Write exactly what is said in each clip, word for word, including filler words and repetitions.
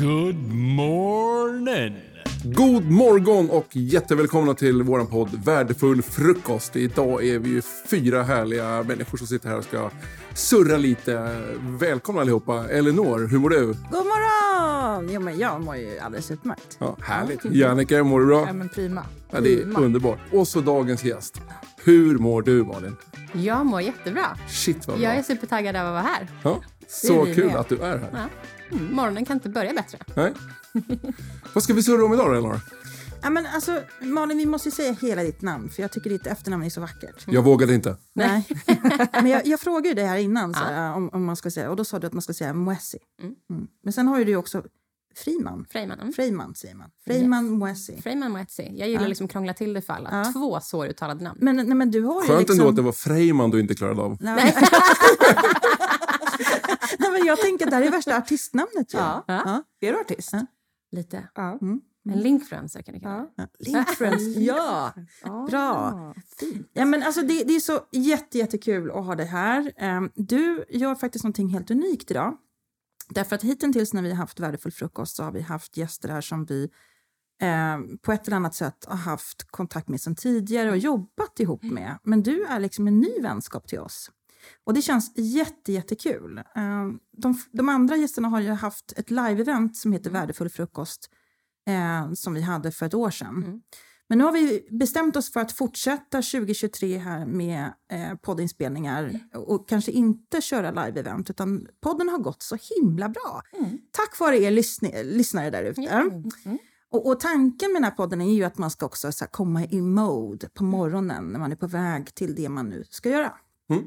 Good morning! God morgon och jättevälkomna till våran podd Värdefull frukost. Idag är vi ju fyra härliga människor som sitter här och ska surra lite. Välkomna allihopa. Elinor, hur mår du? God morgon! Jo, men jag mår ju alldeles utmärkt. Ja, härligt. Jannica, mår du bra? Ja, men prima. Ja, det är prima. underbart. Och så dagens gäst. Hur mår du, Malin? Jag mår jättebra. Shit vad bra. Jag är supertaggad av att vara här. Ja, så vi kul med. att du är här. Ja. Mm, morgonen kan inte börja bättre. Nej. Vad ska vi surra om idag då, Elinor? Ja, men alltså, Malin, vi måste ju säga hela ditt namn, för jag tycker ditt efternamn är så vackert. Jag vågade inte. Nej. Men jag, jag frågade ju det här innan, så, ja. om, om man ska säga, och då sa du att man ska säga Moessi. Mm. Mm. Men sen har ju du också Friman. Freiman. Mm. Freiman säger man. Freiman Yes. Moessi. Freiman Moetzi. Jag gillar Ja. liksom krångla till det för alla. Ja. Två svåruttalade namn. Men, nej, men du har ju Skönt liksom... ändå att det var Freiman du inte klarade av. Nej. Nej, men jag tänker att det här är värsta artistnamnet. Ju. Ja. Ja. Är du artist? Ja. Lite. Ja. Mm. En linkfluencer kan det kalla det. Ja. Linkfriends, ja. Bra. Ja, men alltså det, det är så jätte, jättekul att ha dig här. Um, du gör faktiskt någonting helt unikt idag. Därför att hittills när vi har haft Värdefull frukost så har vi haft gäster här som vi um, på ett eller annat sätt har haft kontakt med sedan tidigare och jobbat ihop med. Men du är liksom en ny vänskap till oss. Och det känns jätte, jättekul. Um, de, de andra gästerna har ju haft ett live-event som heter Värdefull frukost. Eh, som vi hade för ett år sedan. Mm. Men nu har vi bestämt oss för att fortsätta tjugo tjugotre här med eh, poddinspelningar. Mm. Och kanske inte köra live-event. Utan podden har gått så himla bra. Mm. Tack vare er lyssn- lyssnare där ute. Mm. Mm. Och, och tanken med den här podden är ju att man ska också så här, komma i mode på morgonen. När man är på väg till det man nu ska göra. Mm.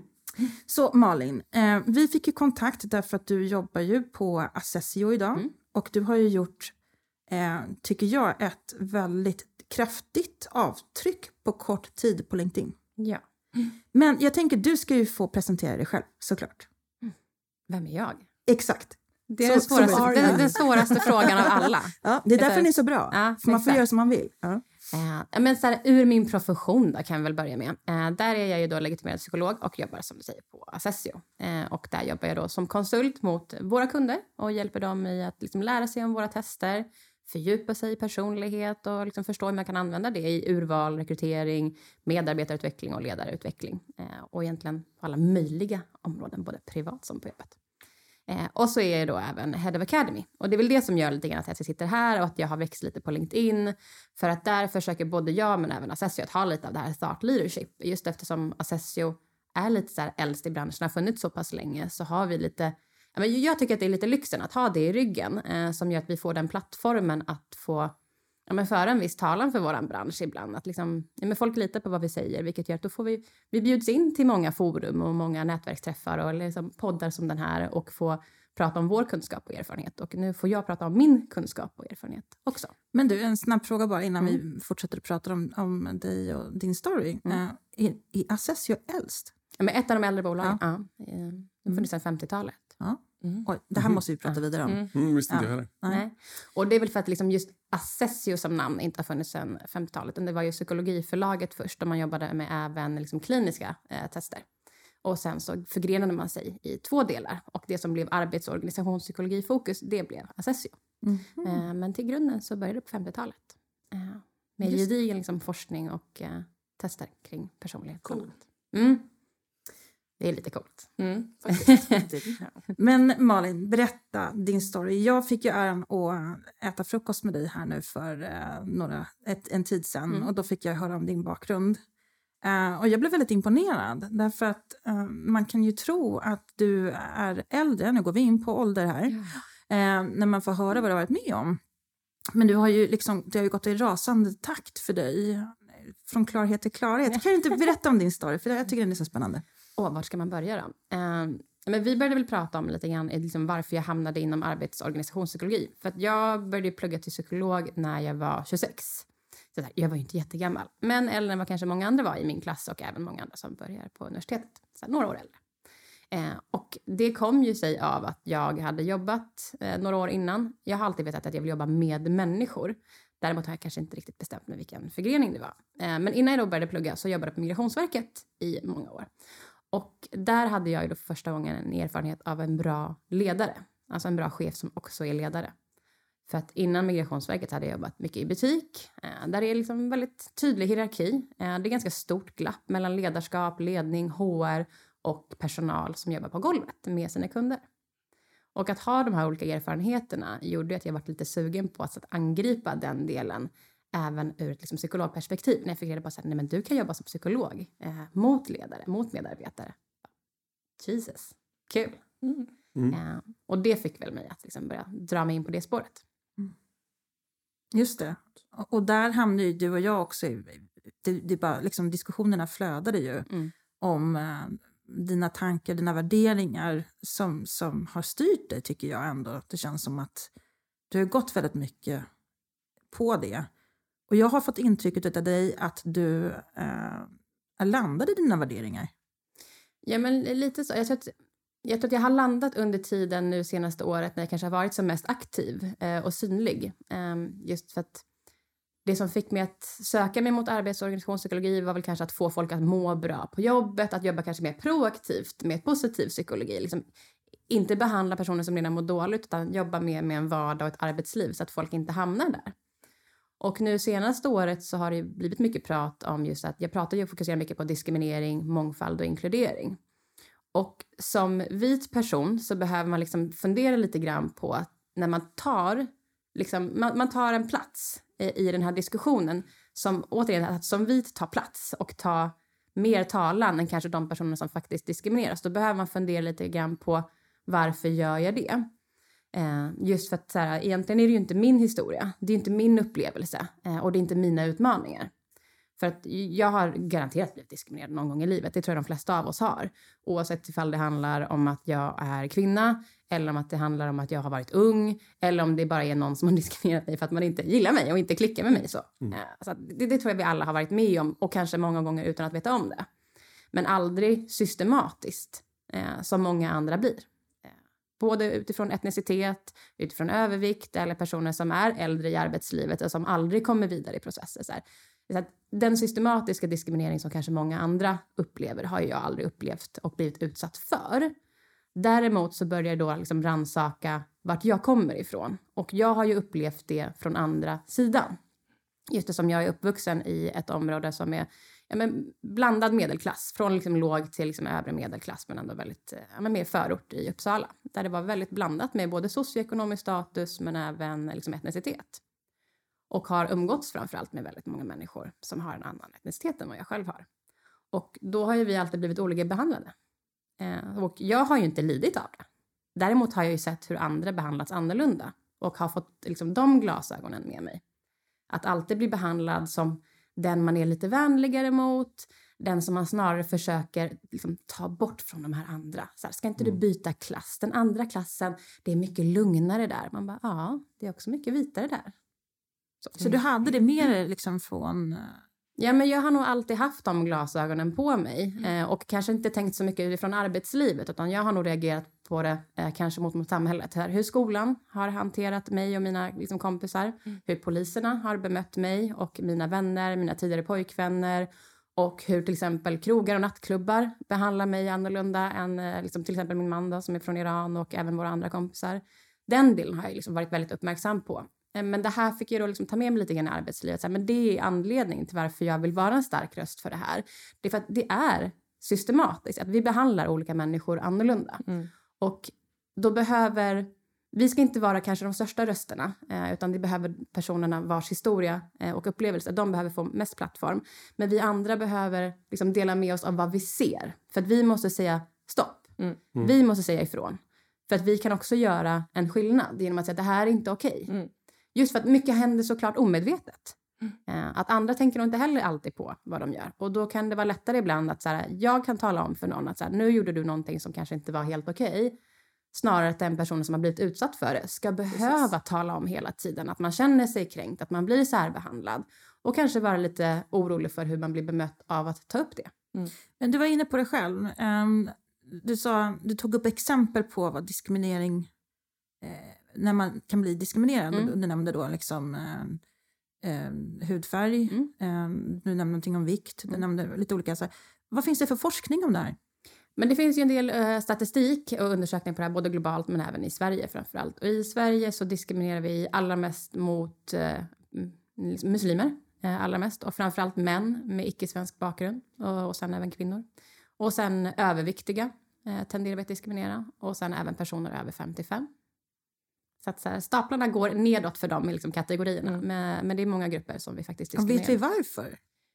Så Malin, eh, vi fick ju kontakt därför att du jobbar ju på Assessio idag. Mm. Och du har ju gjort... Eh, tycker jag, ett väldigt kraftigt avtryck på kort tid på LinkedIn. Ja. Men jag tänker, du ska ju få presentera dig själv, såklart. Mm. Vem är jag? Exakt. Det är så, den, svåraste, så den, den svåraste frågan av alla. Ja, det är därför den är så bra. Ja, för man får göra som man vill. Ja. Uh, men så här, ur min profession då kan vi väl börja med. Uh, där är jag ju då legitimerad psykolog och jobbar som du säger på Assessio. Uh, och där jobbar jag då som konsult mot våra kunder och hjälper dem i att liksom lära sig om våra tester. Fördjupa sig i personlighet och liksom förstå hur man kan använda det i urval, rekrytering, medarbetarutveckling och ledarutveckling. Eh, och egentligen på alla möjliga områden, både privat som på jobbet. Eh, och så är jag då även Head of Academy. Och det är väl det som gör lite grann att jag sitter här och att jag har växt lite på LinkedIn. För att där försöker både jag men även Assessio att ha lite av det här thought leadership. Just eftersom Assessio är lite så här äldst i branschen, har funnits så pass länge, så har vi lite... Jag tycker att det är lite lyxen att ha det i ryggen eh, som gör att vi får den plattformen att få ja, men föra en viss talan för våran bransch ibland. Att liksom, ja, men folk litar på vad vi säger, vilket gör att då får vi, vi bjuds in till många forum och många nätverksträffar och liksom poddar som den här och få prata om vår kunskap och erfarenhet. Och nu får jag prata om min kunskap och erfarenhet också. Men du, en snabb fråga bara innan mm. vi fortsätter att prata om, om dig och din story. Mm. Uh, är, är Assessio äldst? Ja, men ett av de äldre bolagen. Ja. Ja, det funnits sedan femtiotalet. Ja. Mm. Oj, det här måste vi prata vidare om. Mm, mm, visste inte ja. jag heller. Nej. Och det är väl för att liksom just Assessio som namn inte har funnits sedan femtiotalet. Det var ju psykologiförlaget först, där man jobbade med även liksom kliniska eh, tester. Och sen så förgrenade man sig i två delar. Och det som blev arbets- och organisationspsykologifokus, det blev Assessio. Mm. Eh, men till grunden så började det på femtiotalet. Eh, med gedigen liksom forskning och eh, tester kring personlighet. Cool. Mm. Det är lite coolt. Mm, men Malin, berätta din story. Jag fick ju äran att äta frukost med dig här nu för uh, några, ett, en tid sedan. Mm. Och då fick jag höra om din bakgrund. Uh, och jag blev väldigt imponerad. Därför att uh, man kan ju tro att du är äldre. Nu går vi in på ålder här. Ja. Uh, när man får höra vad du har varit med om. Men du har ju liksom, det har ju gått i rasande takt för dig. Från klarhet till klarhet. Kan du inte berätta om din story? För jag tycker den är så spännande. Åh, var ska man börja då? Uh, men vi började väl prata om lite grann liksom varför jag hamnade inom arbets- och organisationspsykologi. För att jag började plugga till psykolog när jag var tjugosex. Så där, jag var ju inte jättegammal. Men äldre än vad kanske många andra var i min klass och även många andra som börjar på universitetet. Så här, några år äldre. Eh, och det kom ju sig av att jag hade jobbat eh, några år innan. Jag har alltid vetat att jag vill jobba med människor. Däremot har jag kanske inte riktigt bestämt mig vilken förgrening det var. Eh, men innan jag då började plugga så jobbade jag på Migrationsverket i många år. Och där hade jag ju då för första gången en erfarenhet av en bra ledare. Alltså en bra chef som också är ledare. För att innan Migrationsverket hade jag jobbat mycket i butik. Eh, där det är liksom väldigt tydlig hierarki. Eh, det är ganska stort glapp mellan ledarskap, ledning, H R och personal som jobbar på golvet med sina kunder. Och att ha de här olika erfarenheterna gjorde att jag var lite sugen på att, att angripa den delen även ur ett liksom, psykologperspektiv. När jag fick reda på att nej, men du kan jobba som psykolog eh, mot ledare, mot medarbetare. Jesus, kul. Mm. Mm. Eh, och det fick väl mig att liksom, börja dra mig in på det spåret. Mm. Just det. Och där hamnade ju du och jag också i, det, det bara, liksom, diskussionerna flödade ju mm. om eh, dina tankar, dina värderingar som, som har styrt dig, tycker jag ändå. Det känns som att du har gått väldigt mycket på det. Och jag har fått intrycket av dig att du eh, landade i dina värderingar. Ja, men lite så. Jag tror, att, jag tror att jag har landat under tiden nu senaste året när jag kanske har varit som mest aktiv eh, och synlig. Eh, just för att det som fick mig att söka mig mot arbets- och organisationspsykologi var väl kanske att få folk att må bra på jobbet, att jobba kanske mer proaktivt med positiv psykologi. Liksom, inte behandla personer som redan mår dåligt utan jobba mer med en vardag och ett arbetsliv så att folk inte hamnar där. Och nu senaste året så har det blivit mycket prat om just att jag pratar ju och fokuserar mycket på diskriminering, mångfald och inkludering. Och som vit person så behöver man liksom fundera lite grann på att när man tar, liksom, man, man tar en plats i, i den här diskussionen som återigen att som vit tar plats och ta mer talan än kanske de personer som faktiskt diskrimineras. Då behöver man fundera lite grann på varför gör jag det? Eh, just för att så här, egentligen är det ju inte min historia. Det är inte min upplevelse. Eh, och det är inte mina utmaningar. För att jag har garanterat blivit diskriminerad någon gång i livet. Det tror jag de flesta av oss har. Oavsett ifall det handlar om att jag är kvinna. Eller om att det handlar om att jag har varit ung. Eller om det bara är någon som har diskriminerat mig för att man inte gillar mig och inte klickar med mig. Så, mm. eh, så det, det tror jag vi alla har varit med om. Och kanske många gånger utan att veta om det. Men aldrig systematiskt. Eh, som många andra blir. Både utifrån etnicitet, utifrån övervikt eller personer som är äldre i arbetslivet och som aldrig kommer vidare i processer. Så här. Så att den systematiska diskriminering som kanske många andra upplever har jag aldrig upplevt och blivit utsatt för. Däremot så börjar jag då liksom rannsaka vart jag kommer ifrån. Och jag har ju upplevt det från andra sidan. Just det som jag är uppvuxen i ett område som är ja, men blandad medelklass. Från liksom låg till liksom övre medelklass men ändå väldigt ja, men mer förort i Uppsala. Där det var väldigt blandat med både socioekonomisk status men även liksom etnicitet. Och har umgåtts framförallt med väldigt många människor som har en annan etnicitet än vad jag själv har. Och då har ju vi alltid blivit olika behandlade. Eh, och jag har ju inte lidit av det. Däremot har jag ju sett hur andra behandlats annorlunda. Och har fått liksom, de glasögonen med mig. Att alltid bli behandlad som den man är lite vänligare mot. Den som man snarare försöker liksom, ta bort från de här andra. Så här, ska inte du byta klass? Den andra klassen, det är mycket lugnare där. Man bara, ja, det är också mycket vitare där. Så, så du hade det mer liksom från... Ja, men jag har nog alltid haft de glasögonen på mig. Mm. Eh, och kanske inte tänkt så mycket utifrån arbetslivet. Utan jag har nog reagerat på det eh, kanske mot, mot samhället. Här, hur skolan har hanterat mig och mina liksom, kompisar. Mm. Hur poliserna har bemött mig och mina vänner, mina tidigare pojkvänner. Och hur till exempel krogar och nattklubbar behandlar mig annorlunda än eh, liksom, till exempel min man då, som är från Iran och även våra andra kompisar. Den delen har jag liksom varit väldigt uppmärksam på. Men det här fick jag då liksom ta med mig lite grann i arbetslivet. Så här, men det är anledningen till varför jag vill vara en stark röst för det här. Det är för att det är systematiskt. Att vi behandlar olika människor annorlunda. Mm. Och då behöver... Vi ska inte vara kanske de största rösterna. Eh, utan det behöver personerna vars historia eh, och upplevelse. De behöver få mest plattform. Men vi andra behöver liksom dela med oss av vad vi ser. För att vi måste säga stopp. Mm. Mm. Vi måste säga ifrån. För att vi kan också göra en skillnad. Genom att säga att det här är inte okej. Okay. Mm. Just för att mycket händer såklart omedvetet. Mm. Att andra tänker nog inte heller alltid på vad de gör. Och då kan det vara lättare ibland att så här, jag kan tala om för någon att så här, nu gjorde du någonting som kanske inte var helt okej. Okay. Snarare att den personen som har blivit utsatt för det ska behöva Precis. Tala om hela tiden. Att man känner sig kränkt, att man blir särbehandlad. Och kanske vara lite orolig för hur man blir bemött av att ta upp det. Mm. Men du var inne på det själv. Um, du, sa, du tog upp exempel på vad diskriminering... Eh, när man kan bli diskriminerad. Mm. Du nämnde då liksom eh, eh, hudfärg. Mm. Eh, du nämnde någonting om vikt. Du mm. nämnde lite olika. Så här. Vad finns det för forskning om det här? Men det finns ju en del uh, statistik och undersökningar på det här, både globalt men även i Sverige framförallt. Och i Sverige så diskriminerar vi allra mest mot uh, muslimer, uh, allra mest. Och framförallt män med icke-svensk bakgrund och, och sen även kvinnor. Och sen överviktiga uh, tenderar vi att diskriminera. Och sen även personer över femtiofem. Så att så här, staplarna går nedåt för dem i liksom kategorierna. Mm. Men, men det är många grupper som vi faktiskt diskriminerar. Och vet vi varför?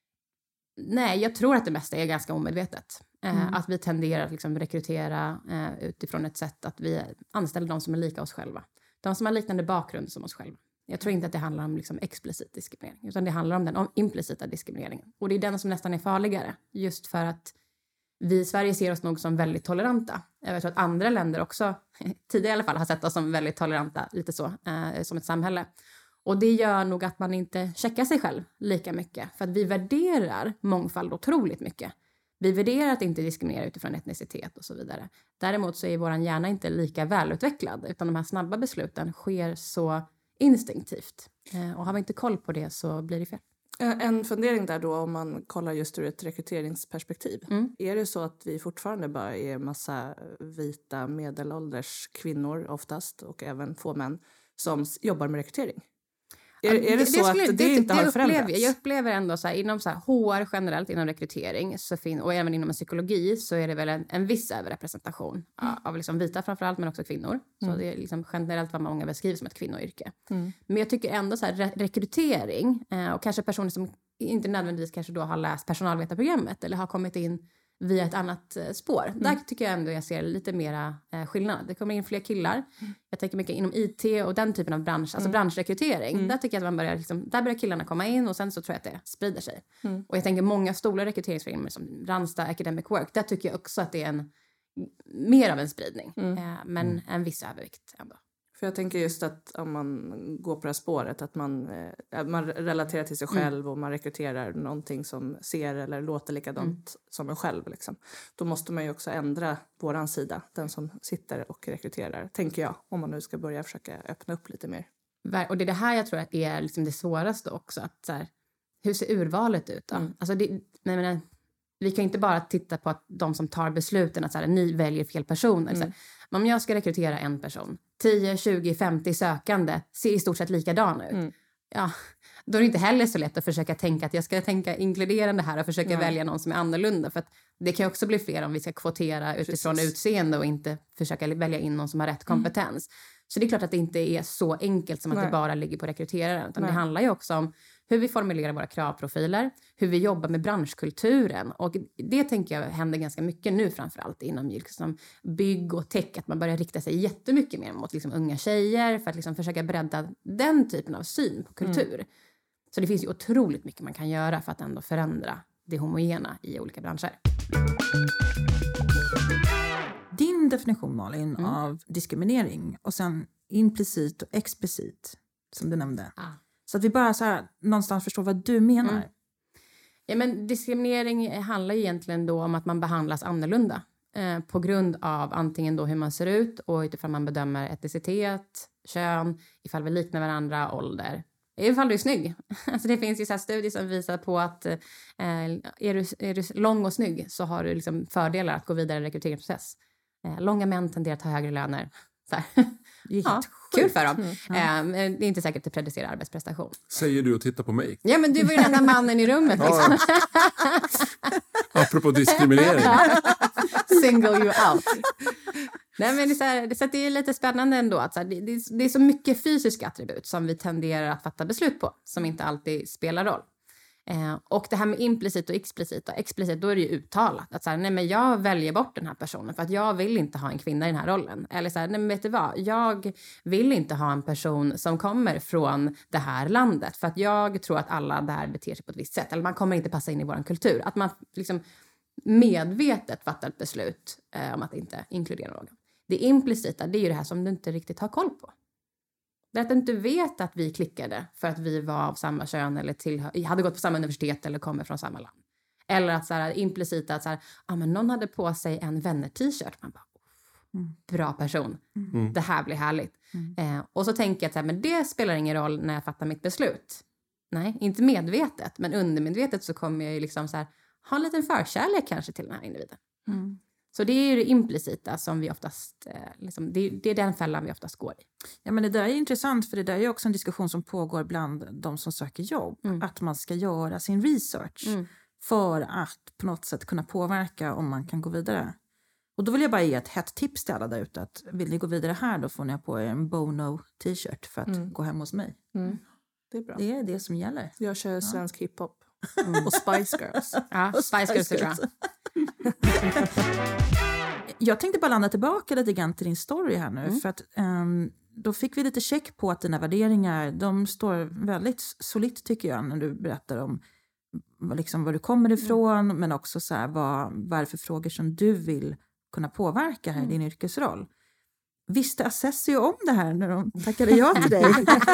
Nej, jag tror att det mesta är ganska omedvetet. Mm. Eh, att vi tenderar att liksom rekrytera eh, utifrån ett sätt att vi anställer de som är lika oss själva. De som har liknande bakgrund som oss själva. Jag tror inte att det handlar om liksom explicit diskriminering. Utan det handlar om den om implicita diskrimineringen. Och det är den som nästan är farligare. Just för att vi i Sverige ser oss nog som väldigt toleranta. Jag tror att andra länder också, tidigare i alla fall, har sett oss som väldigt toleranta. Lite så, eh, som ett samhälle. Och det gör nog att man inte checkar sig själv lika mycket. För att vi värderar mångfald otroligt mycket. Vi värderar att inte diskriminera utifrån etnicitet och så vidare. Däremot så är vår hjärna inte lika välutvecklad. Utan de här snabba besluten sker så instinktivt. Och har vi inte koll på det så blir det fel. En fundering där då, om man kollar just ur ett rekryteringsperspektiv. Mm. Är det så att vi fortfarande bara är massa vita medelålders kvinnor oftast, och även få män, som jobbar med rekrytering? Är, är det, det så skulle, att det, det inte det har förändrats? Jag upplever ändå så här, inom så här H R generellt, inom rekrytering så fin, och även inom psykologi, så är det väl en, en viss överrepresentation mm. av liksom vita framförallt, men också kvinnor. Så mm. det är liksom generellt vad många beskriver som ett kvinnoyrke. Mm. Men jag tycker ändå så här, re- rekrytering eh, och kanske personer som inte nödvändigtvis kanske då har läst personalvetarprogrammet eller har kommit in via ett annat eh, spår. Mm. Där tycker jag ändå jag ser lite mera eh, skillnad. Det kommer in fler killar. Mm. Jag tänker mycket inom I T och den typen av bransch, alltså mm. branschrekrytering. Mm. Där tycker jag att man börjar liksom, där börjar killarna komma in och sen så tror jag att det sprider sig. Mm. Och jag tänker många stora rekryteringsfirmor som Randstad, Academic Work, där tycker jag också att det är en mer av en spridning. Mm. Eh, men mm. en viss övervikt ändå. För jag tänker just att om man går på det här spåret, att man, eh, man relaterar till sig själv mm. och man rekryterar någonting som ser eller låter likadant mm. som en själv. Liksom. Då måste man ju också ändra våran sida, den som sitter och rekryterar, tänker jag, om man nu ska börja försöka öppna upp lite mer. Och det är det här jag tror att är liksom det svåraste också. Att så här, hur ser urvalet ut då? Mm. Alltså det, nej men, vi kan inte bara titta på att de som tar besluten, att så här, ni väljer fel personer. Mm. Så här, om jag ska rekrytera en person, tio, tjugo, femtio sökande ser i stort sett likadana ut. Mm. Ja, då är det inte heller så lätt att försöka tänka att jag ska tänka inkluderande här och försöka Nej. välja någon som är annorlunda. För att det kan också bli fel om vi ska kvotera utifrån Precis. utseende och inte försöka välja in någon som har rätt kompetens. Mm. Så det är klart att det inte är så enkelt som att Nej. det bara ligger på rekryteraren. Utan Nej. det handlar ju också om hur vi formulerar våra kravprofiler, hur vi jobbar med branschkulturen. Och det tänker jag händer ganska mycket nu framförallt inom liksom bygg och tech. Att man börjar rikta sig jättemycket mer mot liksom unga tjejer för att liksom försöka bredda den typen av syn på kultur. Mm. Så det finns ju otroligt mycket man kan göra för att ändå förändra det homogena i olika branscher. Din definition, Malin, mm. av diskriminering och sen implicit och explicit, som du nämnde. Ah. Så att vi bara så här, någonstans förstår vad du menar. Mm. Ja, men diskriminering handlar ju egentligen då om att man behandlas annorlunda. Eh, på grund av antingen då hur man ser ut och utifrån man bedömer etnicitet, kön, ifall vi liknar varandra, ålder. Ifall du är snygg. Alltså det finns ju så här studier som visar på att eh, är, du, är du lång och snygg så har du liksom fördelar att gå vidare i rekryteringsprocess. Eh, långa män tenderar att ha högre löner. Så här. Det är ja, kul för dem. Mm. Eh, det är inte säkert att det predicerar arbetsprestation. Säger du och tittar på mig. Ja, men du var ju den enda mannen i rummet. Liksom. Apropå diskriminering. Single you out. Nej, men det, är så här, det, så det är lite spännande ändå. Att så här, det, det, det är så mycket fysiska attribut som vi tenderar att fatta beslut på. Som inte alltid spelar roll. Eh, och det här med implicit och explicit. Och explicit, då är det ju uttalat. Att så här, nej men jag väljer bort den här personen. För att jag vill inte ha en kvinna i den här rollen. Eller så här, nej men vet du vad? Jag vill inte ha en person som kommer från det här landet. För att jag tror att alla där beter sig på ett visst sätt. Eller man kommer inte passa in i vår kultur. Att man liksom medvetet fattar ett beslut eh, om att inte inkludera någon. Det implicita, det är ju det här som du inte riktigt har koll på. Det är att du inte vet att vi klickade för att vi var av samma kön eller tillhör, hade gått på samma universitet eller kommer från samma land. Eller att så här, implicita att så här, ah, men någon hade på sig en vänner-t-shirt. Man bara, mm. bra person. Mm. Det här blir härligt. Mm. Eh, och så tänker jag att så här, men det spelar ingen roll när jag fattar mitt beslut. Nej, inte medvetet. Men undermedvetet så kommer jag ju liksom så här, ha en liten förkärlek kanske till den här individen. Mm. Så det är ju det implicita som vi oftast, eh, liksom, det, det är den fällan vi oftast går i. Ja, men det där är intressant, för det där är också en diskussion som pågår bland de som söker jobb. Mm. Att man ska göra sin research Mm. för att på något sätt kunna påverka om man kan gå vidare. Och då vill jag bara ge ett hett tips till alla där ute. Att vill ni gå vidare här, då får ni ha på er en Bono t-shirt för att Mm. gå hem hos mig. Mm. Det är bra. Det är det som gäller. Jag kör svensk hiphop. Och Spice Girls. Ja, Spice Girls är bra. Jag tänkte bara landa tillbaka lite grann till din story här nu. Mm. För att um, då fick vi lite check på att dina värderingar, de står väldigt solitt tycker jag, när du berättar om vad, liksom, var du kommer ifrån. Mm. Men också så här, vad, vad är det för frågor som du vill kunna påverka här i din yrkesroll. Visste Assessio om det här när de tackade ja till dig?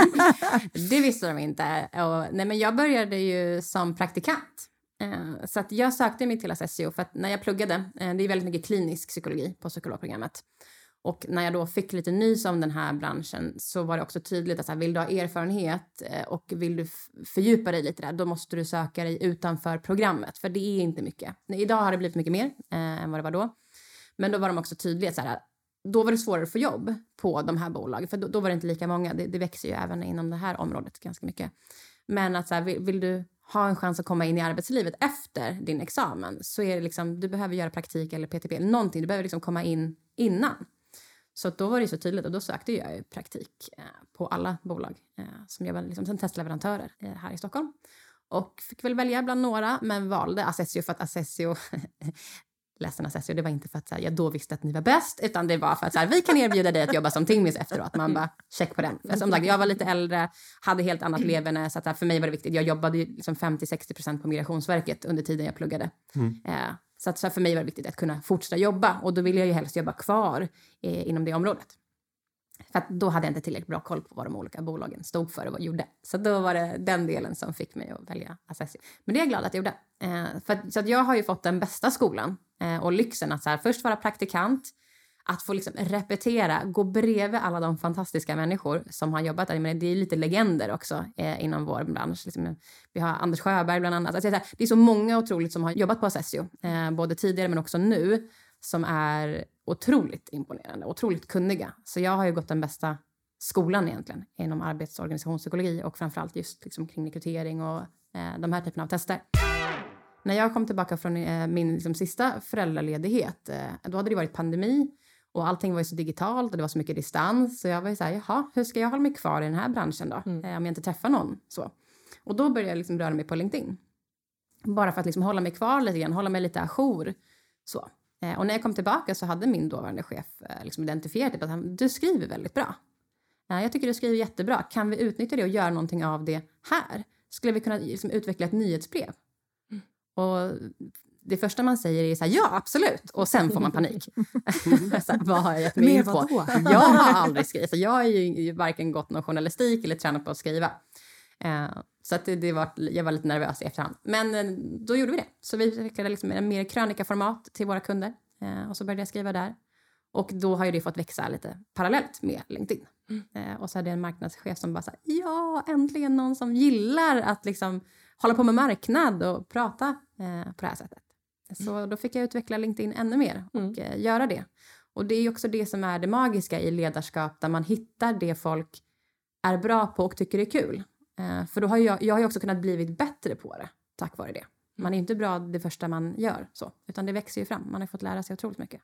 Det visste de inte. Och, nej, men jag började ju som praktikant. Eh, så att jag sökte mig till Assessio för att när jag pluggade, eh, det är väldigt mycket klinisk psykologi på psykologprogrammet. Och när jag då fick lite nys om den här branschen så var det också tydligt att så här, vill du ha erfarenhet eh, och vill du f- fördjupa dig lite där, då måste du söka dig utanför programmet. För det är inte mycket. Idag har det blivit mycket mer eh, än vad det var då. Men då var de också tydliga så här, då var det svårare att få jobb på de här bolagen. För då, då var det inte lika många. Det, det växer ju även inom det här området ganska mycket. Men att så här, vill, vill du ha en chans att komma in i arbetslivet efter din examen så är det liksom, du behöver göra praktik eller P T P. Någonting, du behöver liksom komma in innan. Så då var det så tydligt och då sökte jag ju praktik eh, på alla bolag eh, som jobbar liksom som testleverantörer eh, här i Stockholm. Och fick väl välja bland några, men valde Assessio för att Assessio... ledsen Assessio, det var inte för att så här, jag då visste att ni var bäst, utan det var för att så här, vi kan erbjuda dig att jobba som timmis efteråt. Man bara, check på den. För som sagt, jag var lite äldre, hade helt annat leverne, så att här, för mig var det viktigt. Jag jobbade ju liksom femtio till sextio procent på Migrationsverket under tiden jag pluggade. Mm. Eh, så att så här, för mig var det viktigt att kunna fortsätta jobba, och då ville jag ju helst jobba kvar eh, inom det området. För att då hade jag inte tillräckligt bra koll på vad de olika bolagen stod för och vad gjorde. Så då var det den delen som fick mig att välja Assessio. Men det är jag glad att jag gjorde. Eh, för att, så att jag har ju fått den bästa skolan. Eh, och lyxen att så här, först vara praktikant. Att få liksom repetera, gå bredvid alla de fantastiska människor som har jobbat där. Men det är lite legender också eh, inom vår bransch. Liksom, vi har Anders Sjöberg bland annat. Alltså, det är så många otroligt som har jobbat på Assessio. Eh, både tidigare men också nu. Som är otroligt imponerande, otroligt kunniga. Så jag har ju gått den bästa skolan egentligen inom arbets- och organisationspsykologi och framförallt just liksom kring rekrytering och eh, de här typerna av tester. När jag kom tillbaka från eh, min liksom, sista föräldraledighet, eh, då hade det varit pandemi och allting var ju så digitalt och det var så mycket distans. Så jag var ju så här, jaha, hur ska jag hålla mig kvar i den här branschen då? Mm. Eh, om jag inte träffar någon så. Och då började jag liksom röra mig på LinkedIn. Bara för att liksom hålla mig kvar lite grann, hålla mig lite ajour så. Och när jag kom tillbaka så hade min dåvarande chef liksom identifierat att han, du skriver väldigt bra. Jag tycker du skriver jättebra. Kan vi utnyttja det och göra någonting av det här? Skulle vi kunna liksom utveckla ett nyhetsbrev? Mm. Och det första man säger är så här, ja absolut. Och sen får man panik. Så här, vad har jag gett mig in på? Jag har aldrig skrivit. Jag har ju varken gått någon journalistik eller tränat på att skriva. Uh, så att det, det var, jag var lite nervös i efterhand. Men uh, då gjorde vi det. Så vi utvecklade liksom en mer krönikaformat till våra kunder. Uh, och så började jag skriva där. Och då har ju det fått växa lite parallellt med LinkedIn. Mm. Uh, och så hade jag en marknadschef som bara sa, ja äntligen någon som gillar att liksom hålla på med marknad och prata uh, på det här sättet. Mm. Så då fick jag utveckla LinkedIn ännu mer och mm. uh, göra det. Och det är ju också det som är det magiska i ledarskap, där man hittar det folk är bra på och tycker är kul. Uh, för då har jag, jag har ju också kunnat blivit bättre på det tack vare det. Man är inte bra det första man gör så, utan det växer ju fram. Man har fått lära sig otroligt mycket.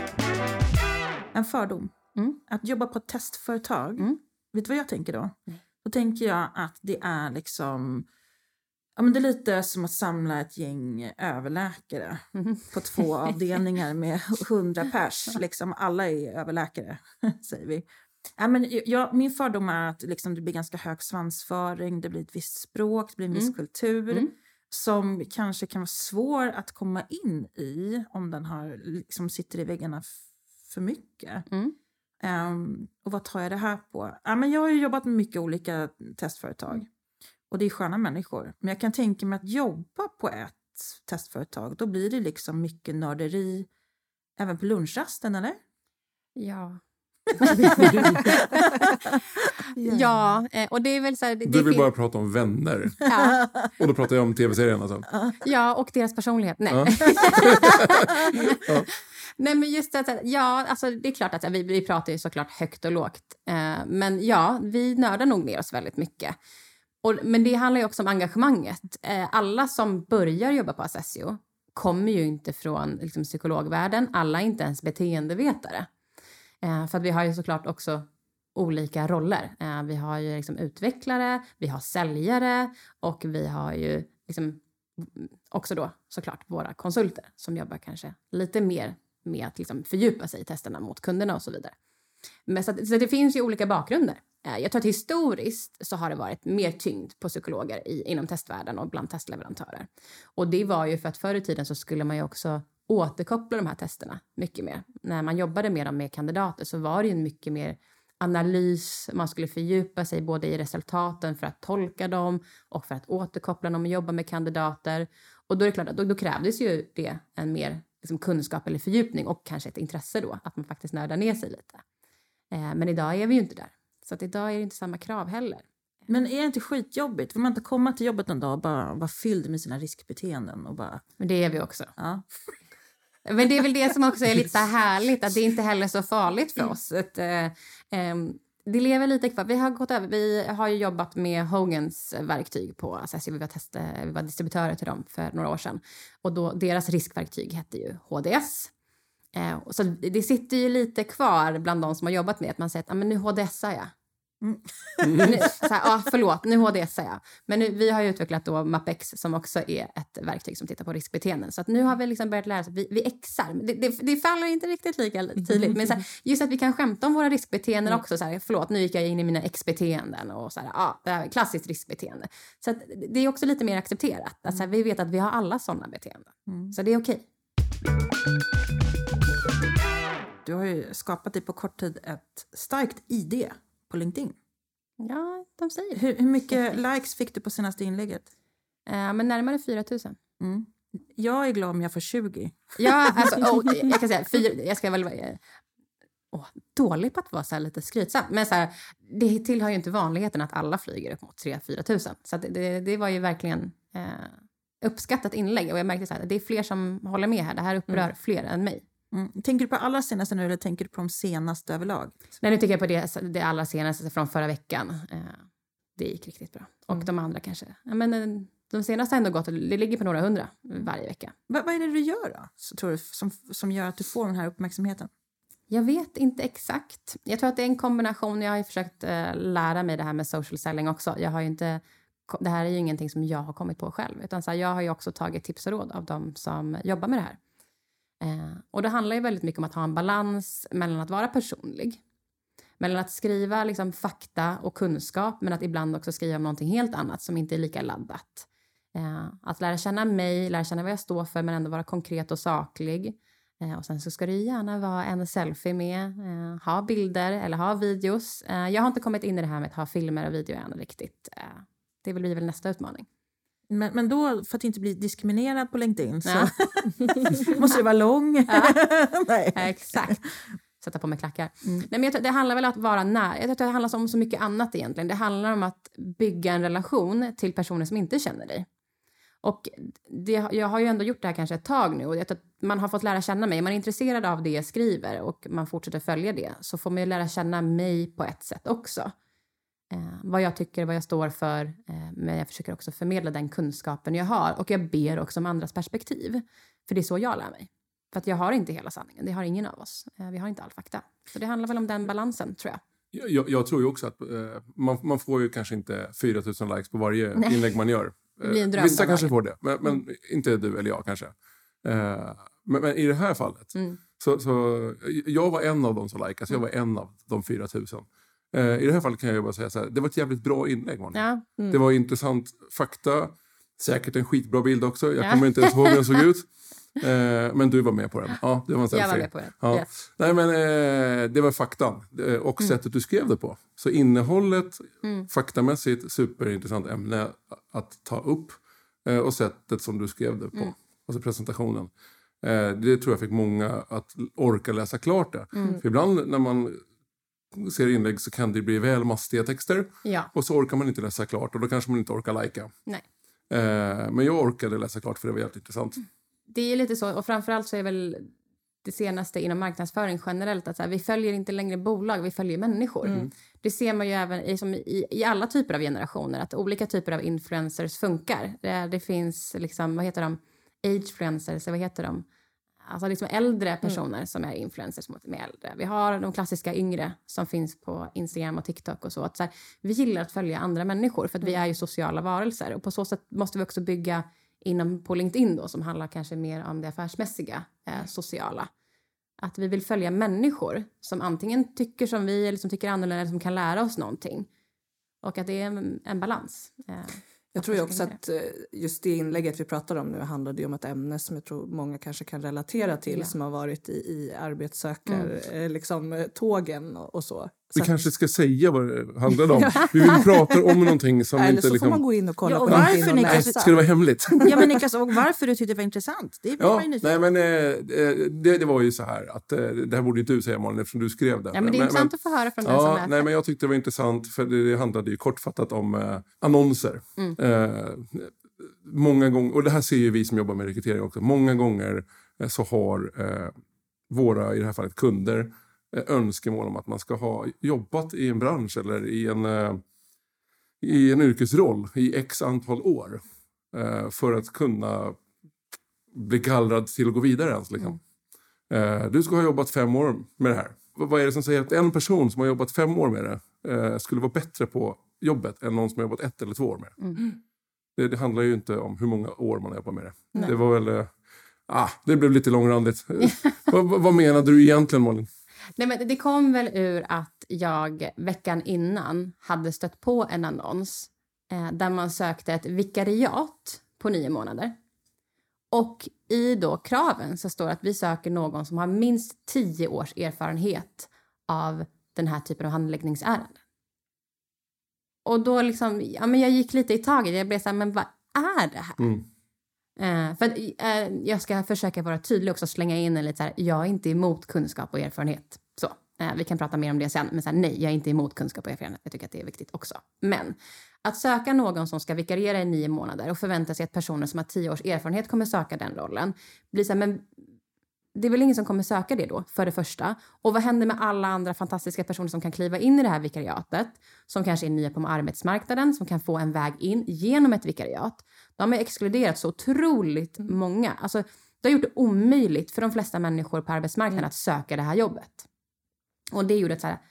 En fördom. Mm. Att jobba på ett testföretag. Mm. Vet du vad jag tänker då? Mm. Då tänker jag att det är liksom, ja men det är lite som att samla ett gäng överläkare mm. på två avdelningar med hundra pers. Liksom alla är överläkare, säger vi. Ja, men jag, min fördom är att liksom det blir ganska hög svansföring, det blir ett visst språk, det blir en viss mm. kultur mm. som kanske kan vara svår att komma in i om den har, liksom sitter i väggarna f- för mycket. Mm. Um, och vad tar jag det här på? Ja, men jag har ju jobbat med mycket olika testföretag mm. och det är sköna människor. Men jag kan tänka mig att jobba på ett testföretag, då blir det liksom mycket nörderi även på lunchrasten, eller? Ja. Ja, eh, och det är väl så här... Det, du vill det bara prata om vänner. Ja. Och då pratar jag om tv-serien alltså. Ja, och deras personlighet. Nej. Ja. Ja. Nej, men just att, ja, alltså det är klart att vi, vi pratar ju såklart högt och lågt. Eh, men ja, vi nördar nog ner oss väldigt mycket. Och, men det handlar ju också om engagemanget. Eh, alla som börjar jobba på Assessio kommer ju inte från liksom, psykologvärlden. Alla är inte ens beteendevetare. Eh, för att vi har ju såklart också olika roller. Eh, vi har ju liksom utvecklare, vi har säljare och vi har ju liksom också då såklart våra konsulter som jobbar kanske lite mer med att liksom fördjupa sig i testerna mot kunderna och så vidare. Men så, att, så det finns ju olika bakgrunder. Eh, jag tror att historiskt så har det varit mer tyngd på psykologer i, inom testvärlden och bland testleverantörer. Och det var ju för att förr i tiden så skulle man ju också återkoppla de här testerna mycket mer. När man jobbade med dem med kandidater så var det ju mycket mer analys. Man skulle fördjupa sig både i resultaten för att tolka dem och för att återkoppla dem och jobba med kandidater. Och då är det klart att då, då krävdes ju det en mer liksom, kunskap eller fördjupning och kanske ett intresse då att man faktiskt nördar ner sig lite. Eh, men idag är vi ju inte där. Så att idag är det inte samma krav heller. Men är det inte skitjobbigt? Vill man inte komma till jobbet en dag och bara vara fylld med sina riskbeteenden? Och bara... Men det är vi också. Ja. Men det är väl det som också är lite så här härligt, att det inte heller är så farligt för oss. Att, eh, eh, det lever lite kvar. Vi har gått över, vi har ju jobbat med Hogans verktyg på Assessio. Vi var, test, vi var distributörer till dem för några år sedan. Och då, deras riskverktyg hette ju H D S. Eh, så det sitter ju lite kvar bland de som har jobbat med att man säger att ah, men nu H D S-ar jag. Mm. nu, så här, ah, förlåt, nu H D S-ar jag. Men nu, vi har ju utvecklat då MapX som också är ett verktyg som tittar på riskbeteenden. Så att nu har vi liksom börjat lära oss att vi, vi exar. Det, det, det faller inte riktigt lika tydligt. Men så här, just att vi kan skämta om våra riskbeteenden mm. också. Så här, förlåt, nu gick jag in i mina X-beteenden. Och så här, ah, det här är klassiskt riskbeteende. Så att det är också lite mer accepterat. Att, så här, vi vet att vi har alla sådana beteenden. Mm. Så det är okej. Du har ju skapat dig på kort tid ett starkt I D på LinkedIn. Ja, de säger det. Hur, hur mycket likes fick du på senaste inlägget? Uh, men närmare fyra tusen. Mm. Jag är glad om jag får tjugo. Ja, alltså, oh, jag kan säga, fyra, jag ska väl vara oh, dålig på att vara så här lite skrytsam. Men så här, det tillhör ju inte vanligheten att alla flyger upp mot tre till fyra tusen. Så det, det, det var ju verkligen eh, uppskattat inlägg. Och jag märkte så här, det är fler som håller med här. Det här upprör mm. fler än mig. Mm. Tänker du på allra senaste nu eller tänker du på de senaste överlag? Nej, nu tänker jag på det, det allra senaste från förra veckan. Eh, det gick riktigt bra. Och mm. de andra kanske. Ja, men de senaste har ändå gått, det ligger på några hundra varje vecka. Va, vad är det du gör då, så tror du, som, som gör att du får den här uppmärksamheten? Jag vet inte exakt. Jag tror att det är en kombination. Jag har ju försökt eh, lära mig det här med social selling också. Jag har ju inte, det här är ju ingenting som jag har kommit på själv. Utan så här, jag har ju också tagit tips och råd av de som jobbar med det här. Eh, och det handlar ju väldigt mycket om att ha en balans mellan att vara personlig. Mellan att skriva liksom, fakta och kunskap. Men att ibland också skriva om någonting helt annat som inte är lika laddat. Eh, att lära känna mig, lära känna vad jag står för men ändå vara konkret och saklig. Eh, och sen så ska det gärna vara en selfie med. Eh, ha bilder eller ha videos. Eh, jag har inte kommit in i det här med att ha filmer och video än riktigt. Eh, det blir väl nästa utmaning. Men, men då, för att inte bli diskriminerad på LinkedIn så ja. måste det vara lång. Ja. Nej. Exakt. Sätta på mig klackar. Mm. Nej, men jag tror, det handlar väl om att vara nära. Jag tror det handlar om så mycket annat egentligen. Det handlar om att bygga en relation till personer som inte känner dig. Och det, jag har ju ändå gjort det här kanske ett tag nu. Och jag tror att man har fått lära känna mig. Man är intresserad av det jag skriver och man fortsätter följa det. Så får man ju lära känna mig på ett sätt också. Eh, vad jag tycker, vad jag står för. Eh, men jag försöker också förmedla den kunskapen jag har. Och jag ber också om andras perspektiv. För det är så jag lär mig. För att jag har inte hela sanningen. Det har ingen av oss. Eh, vi har inte all fakta. Så det handlar väl om den balansen, tror jag. Jag, jag tror ju också att eh, man, man får ju kanske inte fyra tusen likes på varje Nej. inlägg man gör. Det blir en dröm. Vissa kanske får det, men, men mm. inte du eller jag kanske. Eh, men, men i det här fallet, mm. så, så jag var en av dem som likade, så jag var en av de fyra tusen. Eh, I det här fallet kan jag bara säga så här, det var ett jävligt bra inlägg. Ja. Mm. Det var intressant fakta, säkert en skitbra bild också. Jag ja. kommer inte ens ihåg hur den såg ut. Eh, men du var med på den. Ja, det var en jag var med på den. Ja. Yes. Nej, men eh, det var faktan eh, och mm. sättet du skrev det på. Så innehållet, mm. faktamässigt, superintressant ämne att ta upp eh, och sättet som du skrev det på. Mm. Alltså presentationen. Eh, det tror jag fick många att orka läsa klart det. Mm. För ibland när man ser inlägg så kan det bli väl mastiga texter. Ja. Och så orkar man inte läsa klart och då kanske man inte orkar lajka. Nej. Eh, men jag orkade läsa klart för det var jävligt intressant. Det är lite så, och framförallt så är väl det senaste inom marknadsföring generellt att så här, vi följer inte längre bolag, vi följer människor. Mm. Det ser man ju även i, som i, i alla typer av generationer, att olika typer av influencers funkar. Det, det finns liksom, vad heter de? Agefluencers, vad heter de? Alltså liksom äldre personer mm. som är influencers mot med äldre. Vi har de klassiska yngre som finns på Instagram och TikTok och så. Att så här, vi gillar att följa andra människor för att mm. vi är ju sociala varelser. Och på så sätt måste vi också bygga inom på LinkedIn då, som handlar kanske mer om det affärsmässiga, eh, sociala. Att vi vill följa människor som antingen tycker som vi eller som tycker annorlunda eller som kan lära oss någonting. Och att det är en, en balans. Eh, jag tror ju också att just det inlägget vi pratar om nu handlade ju om ett ämne som jag tror många kanske kan relatera till, ja. Som har varit i, i arbetssökar, mm. liksom tågen och, och så. Vi så kanske ska säga vad det handlar om. Vi vill prata om någonting som eller inte... så liksom... får man gå in och kolla ja, och på varför, och Niklas, ska det vara hemligt? Ja, men Niklas, och varför du tyckte det var intressant? Det, ja, nej, men, eh, det, det var ju så här att eh, det här borde ju du säga, Malin, eftersom du skrev det. Ja, men det är men, intressant men, att få höra från ja, den som läser. Nej, men jag tyckte det var intressant för det, det handlade ju kortfattat om eh, annonser. Mm. Eh, många gånger, och det här ser ju vi som jobbar med rekrytering också, många gånger eh, så har eh, våra, i det här fallet kunder, önskemål om att man ska ha jobbat i en bransch eller i en, uh, i en yrkesroll i x antal år uh, för att kunna bli gallrad till att gå vidare ens. Liksom. Mm. Uh, du ska ha jobbat fem år med det här. V- vad är det som säger att en person som har jobbat fem år med det uh, skulle vara bättre på jobbet än någon som har jobbat ett eller två år med det? Mm. Det, det handlar ju inte om hur många år man har jobbat med det. Nej. Det var väl... Uh, ah, det blev lite långrandigt. vad, vad menade du egentligen, Malin? Nej, men det kom väl ur att jag veckan innan hade stött på en annons eh, där man sökte ett vikariat på nio månader. Och i då kraven så står att vi söker någon som har minst tio års erfarenhet av den här typen av handläggningsärenden. Och då liksom, ja men jag gick lite i taget. Jag blev så här, men vad är det här? Mm. Uh, för att, uh, jag ska försöka vara tydlig också, slänga in en lite så här, jag är inte emot kunskap och erfarenhet. Så, uh, vi kan prata mer om det sen, men så här, nej, jag är inte emot kunskap och erfarenhet. Jag tycker att det är viktigt också. Men att söka någon som ska vikariera i nio månader och förvänta sig att personer som har tio års erfarenhet kommer söka den rollen, blir så här, men det är väl ingen som kommer söka det då, för det första. Och vad händer med alla andra fantastiska personer som kan kliva in i det här vikariatet, som kanske är nya på arbetsmarknaden, som kan få en väg in genom ett vikariat? De har exkluderat så otroligt många. Alltså, det har gjort det omöjligt för de flesta människor på arbetsmarknaden mm. att söka det här jobbet. Och det gjorde ett så här,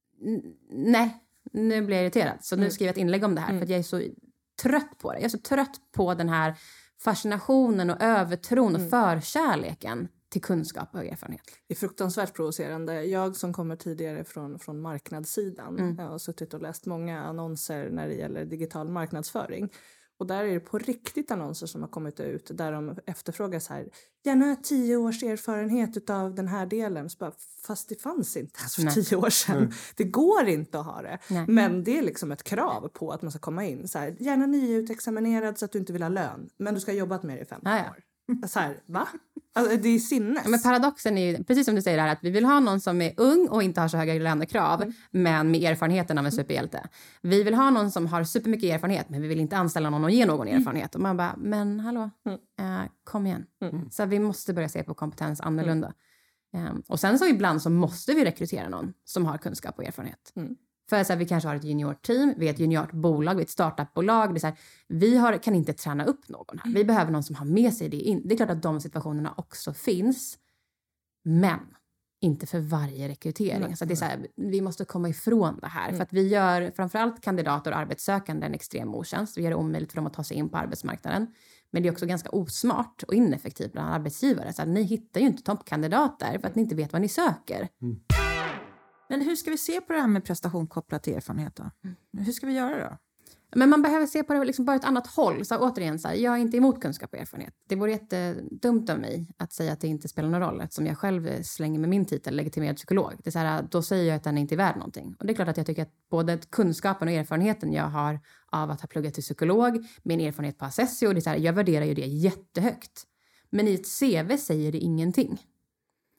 nej, nu blir jag irriterad. Så nu skriver jag ett inlägg om det här, mm. för att jag är så trött på det. Jag är så trött på den här fascinationen och övertron och mm. förkärleken till kunskap och erfarenhet. Det är fruktansvärt provocerande. Jag som kommer tidigare från, från marknadssidan mm. jag har suttit och läst många annonser när det gäller digital marknadsföring. Och där är det på riktigt annonser som har kommit ut där de efterfrågar så här, gärna tio års erfarenhet av den här delen. Så bara, fast det fanns inte ens för Nej. tio år sedan. Mm. Det går inte att ha det. Nej. Men det är liksom ett krav på att man ska komma in. Så här, gärna nyutexaminerad så att du inte vill ha lön. Men du ska ha jobbat med det i femton ja, ja. år. Så här, va? Alltså, det är sinnes. Ja, men paradoxen är ju, precis som du säger här, att vi vill ha någon som är ung och inte har så höga lönekrav, mm. men med erfarenheten av en superhjälte. Vi vill ha någon som har supermycket erfarenhet, men vi vill inte anställa någon och ge någon mm. erfarenhet. Och man bara, men hallå, mm. eh, kom igen. Mm. Så vi måste börja se på kompetens annorlunda. Mm. Um, och sen så ibland så måste vi rekrytera någon som har kunskap och erfarenhet. Mm. För så här, vi kanske har ett juniorteam, vi är ett juniorbolag, vi är ett startupbolag. Det är så här, vi har, kan inte träna upp någon här. Vi behöver någon som har med sig det in. Det är klart att de situationerna också finns. Men inte för varje rekrytering. Mm. Så det är så här, vi måste komma ifrån det här. Mm. För att vi gör framförallt kandidater och arbetssökande en extrem otjänst. Vi gör det omöjligt för dem att ta sig in på arbetsmarknaden. Men det är också ganska osmart och ineffektivt bland arbetsgivare. Så att ni hittar ju inte toppkandidater för att ni inte vet vad ni söker. Mm. Men hur ska vi se på det här med prestation kopplat till erfarenhet då? Mm. Hur ska vi göra då? Men man behöver se på det liksom bara ett annat håll. Så återigen, så här, jag är inte emot kunskap och erfarenhet. Det vore jättedumt av mig att säga att det inte spelar någon roll. Eftersom jag själv slänger med min titel legitimerad psykolog. Det är så här, då säger jag att den inte är värd någonting. Och det är klart att jag tycker att både kunskapen och erfarenheten jag har av att ha pluggat till psykolog, min erfarenhet på Assessio, det är så här, jag värderar ju det jättehögt. Men i ett C V säger det ingenting.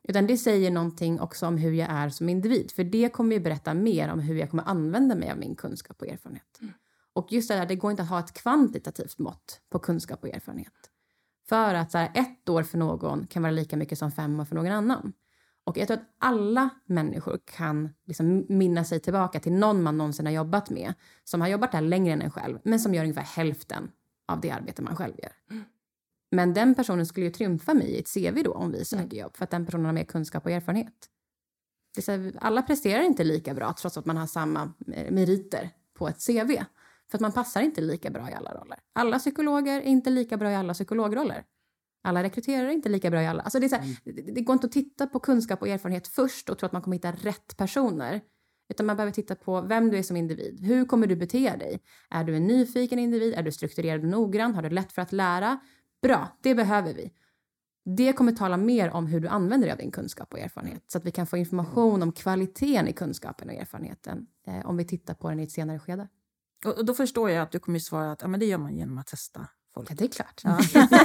Utan det säger någonting också om hur jag är som individ. För det kommer ju berätta mer om hur jag kommer använda mig av min kunskap och erfarenhet. Mm. Och just det där, det går inte att ha ett kvantitativt mått på kunskap och erfarenhet. För att så här, ett år för någon kan vara lika mycket som fem år för någon annan. Och jag tror att alla människor kan liksom minna sig tillbaka till någon man någonsin har jobbat med. Som har jobbat där längre än en själv. Men som gör ungefär hälften av det arbete man själv gör. Mm. Men den personen skulle ju trymfa mig i ett C V då om vi söker jobb. För att den personen har mer kunskap och erfarenhet. Det är så här, alla presterar inte lika bra trots att man har samma meriter på ett C V. För att man passar inte lika bra i alla roller. Alla psykologer är inte lika bra i alla psykologroller. Alla rekryterare är inte lika bra i alla. Alltså det, är så här, mm. det, det går inte att titta på kunskap och erfarenhet först och tro att man kommer hitta rätt personer. Utan man behöver titta på vem du är som individ. Hur kommer du bete dig? Är du en nyfiken individ? Är du strukturerad och noggrann? Har du lätt för att lära? Bra, det behöver vi. Det kommer tala mer om hur du använder dig av din kunskap och erfarenhet. Så att vi kan få information om kvaliteten i kunskapen och erfarenheten. Eh, om vi tittar på den i ett senare skede. Och, och då förstår jag att du kommer svara att ja, men det gör man genom att testa folk. Ja, det är klart. Ja.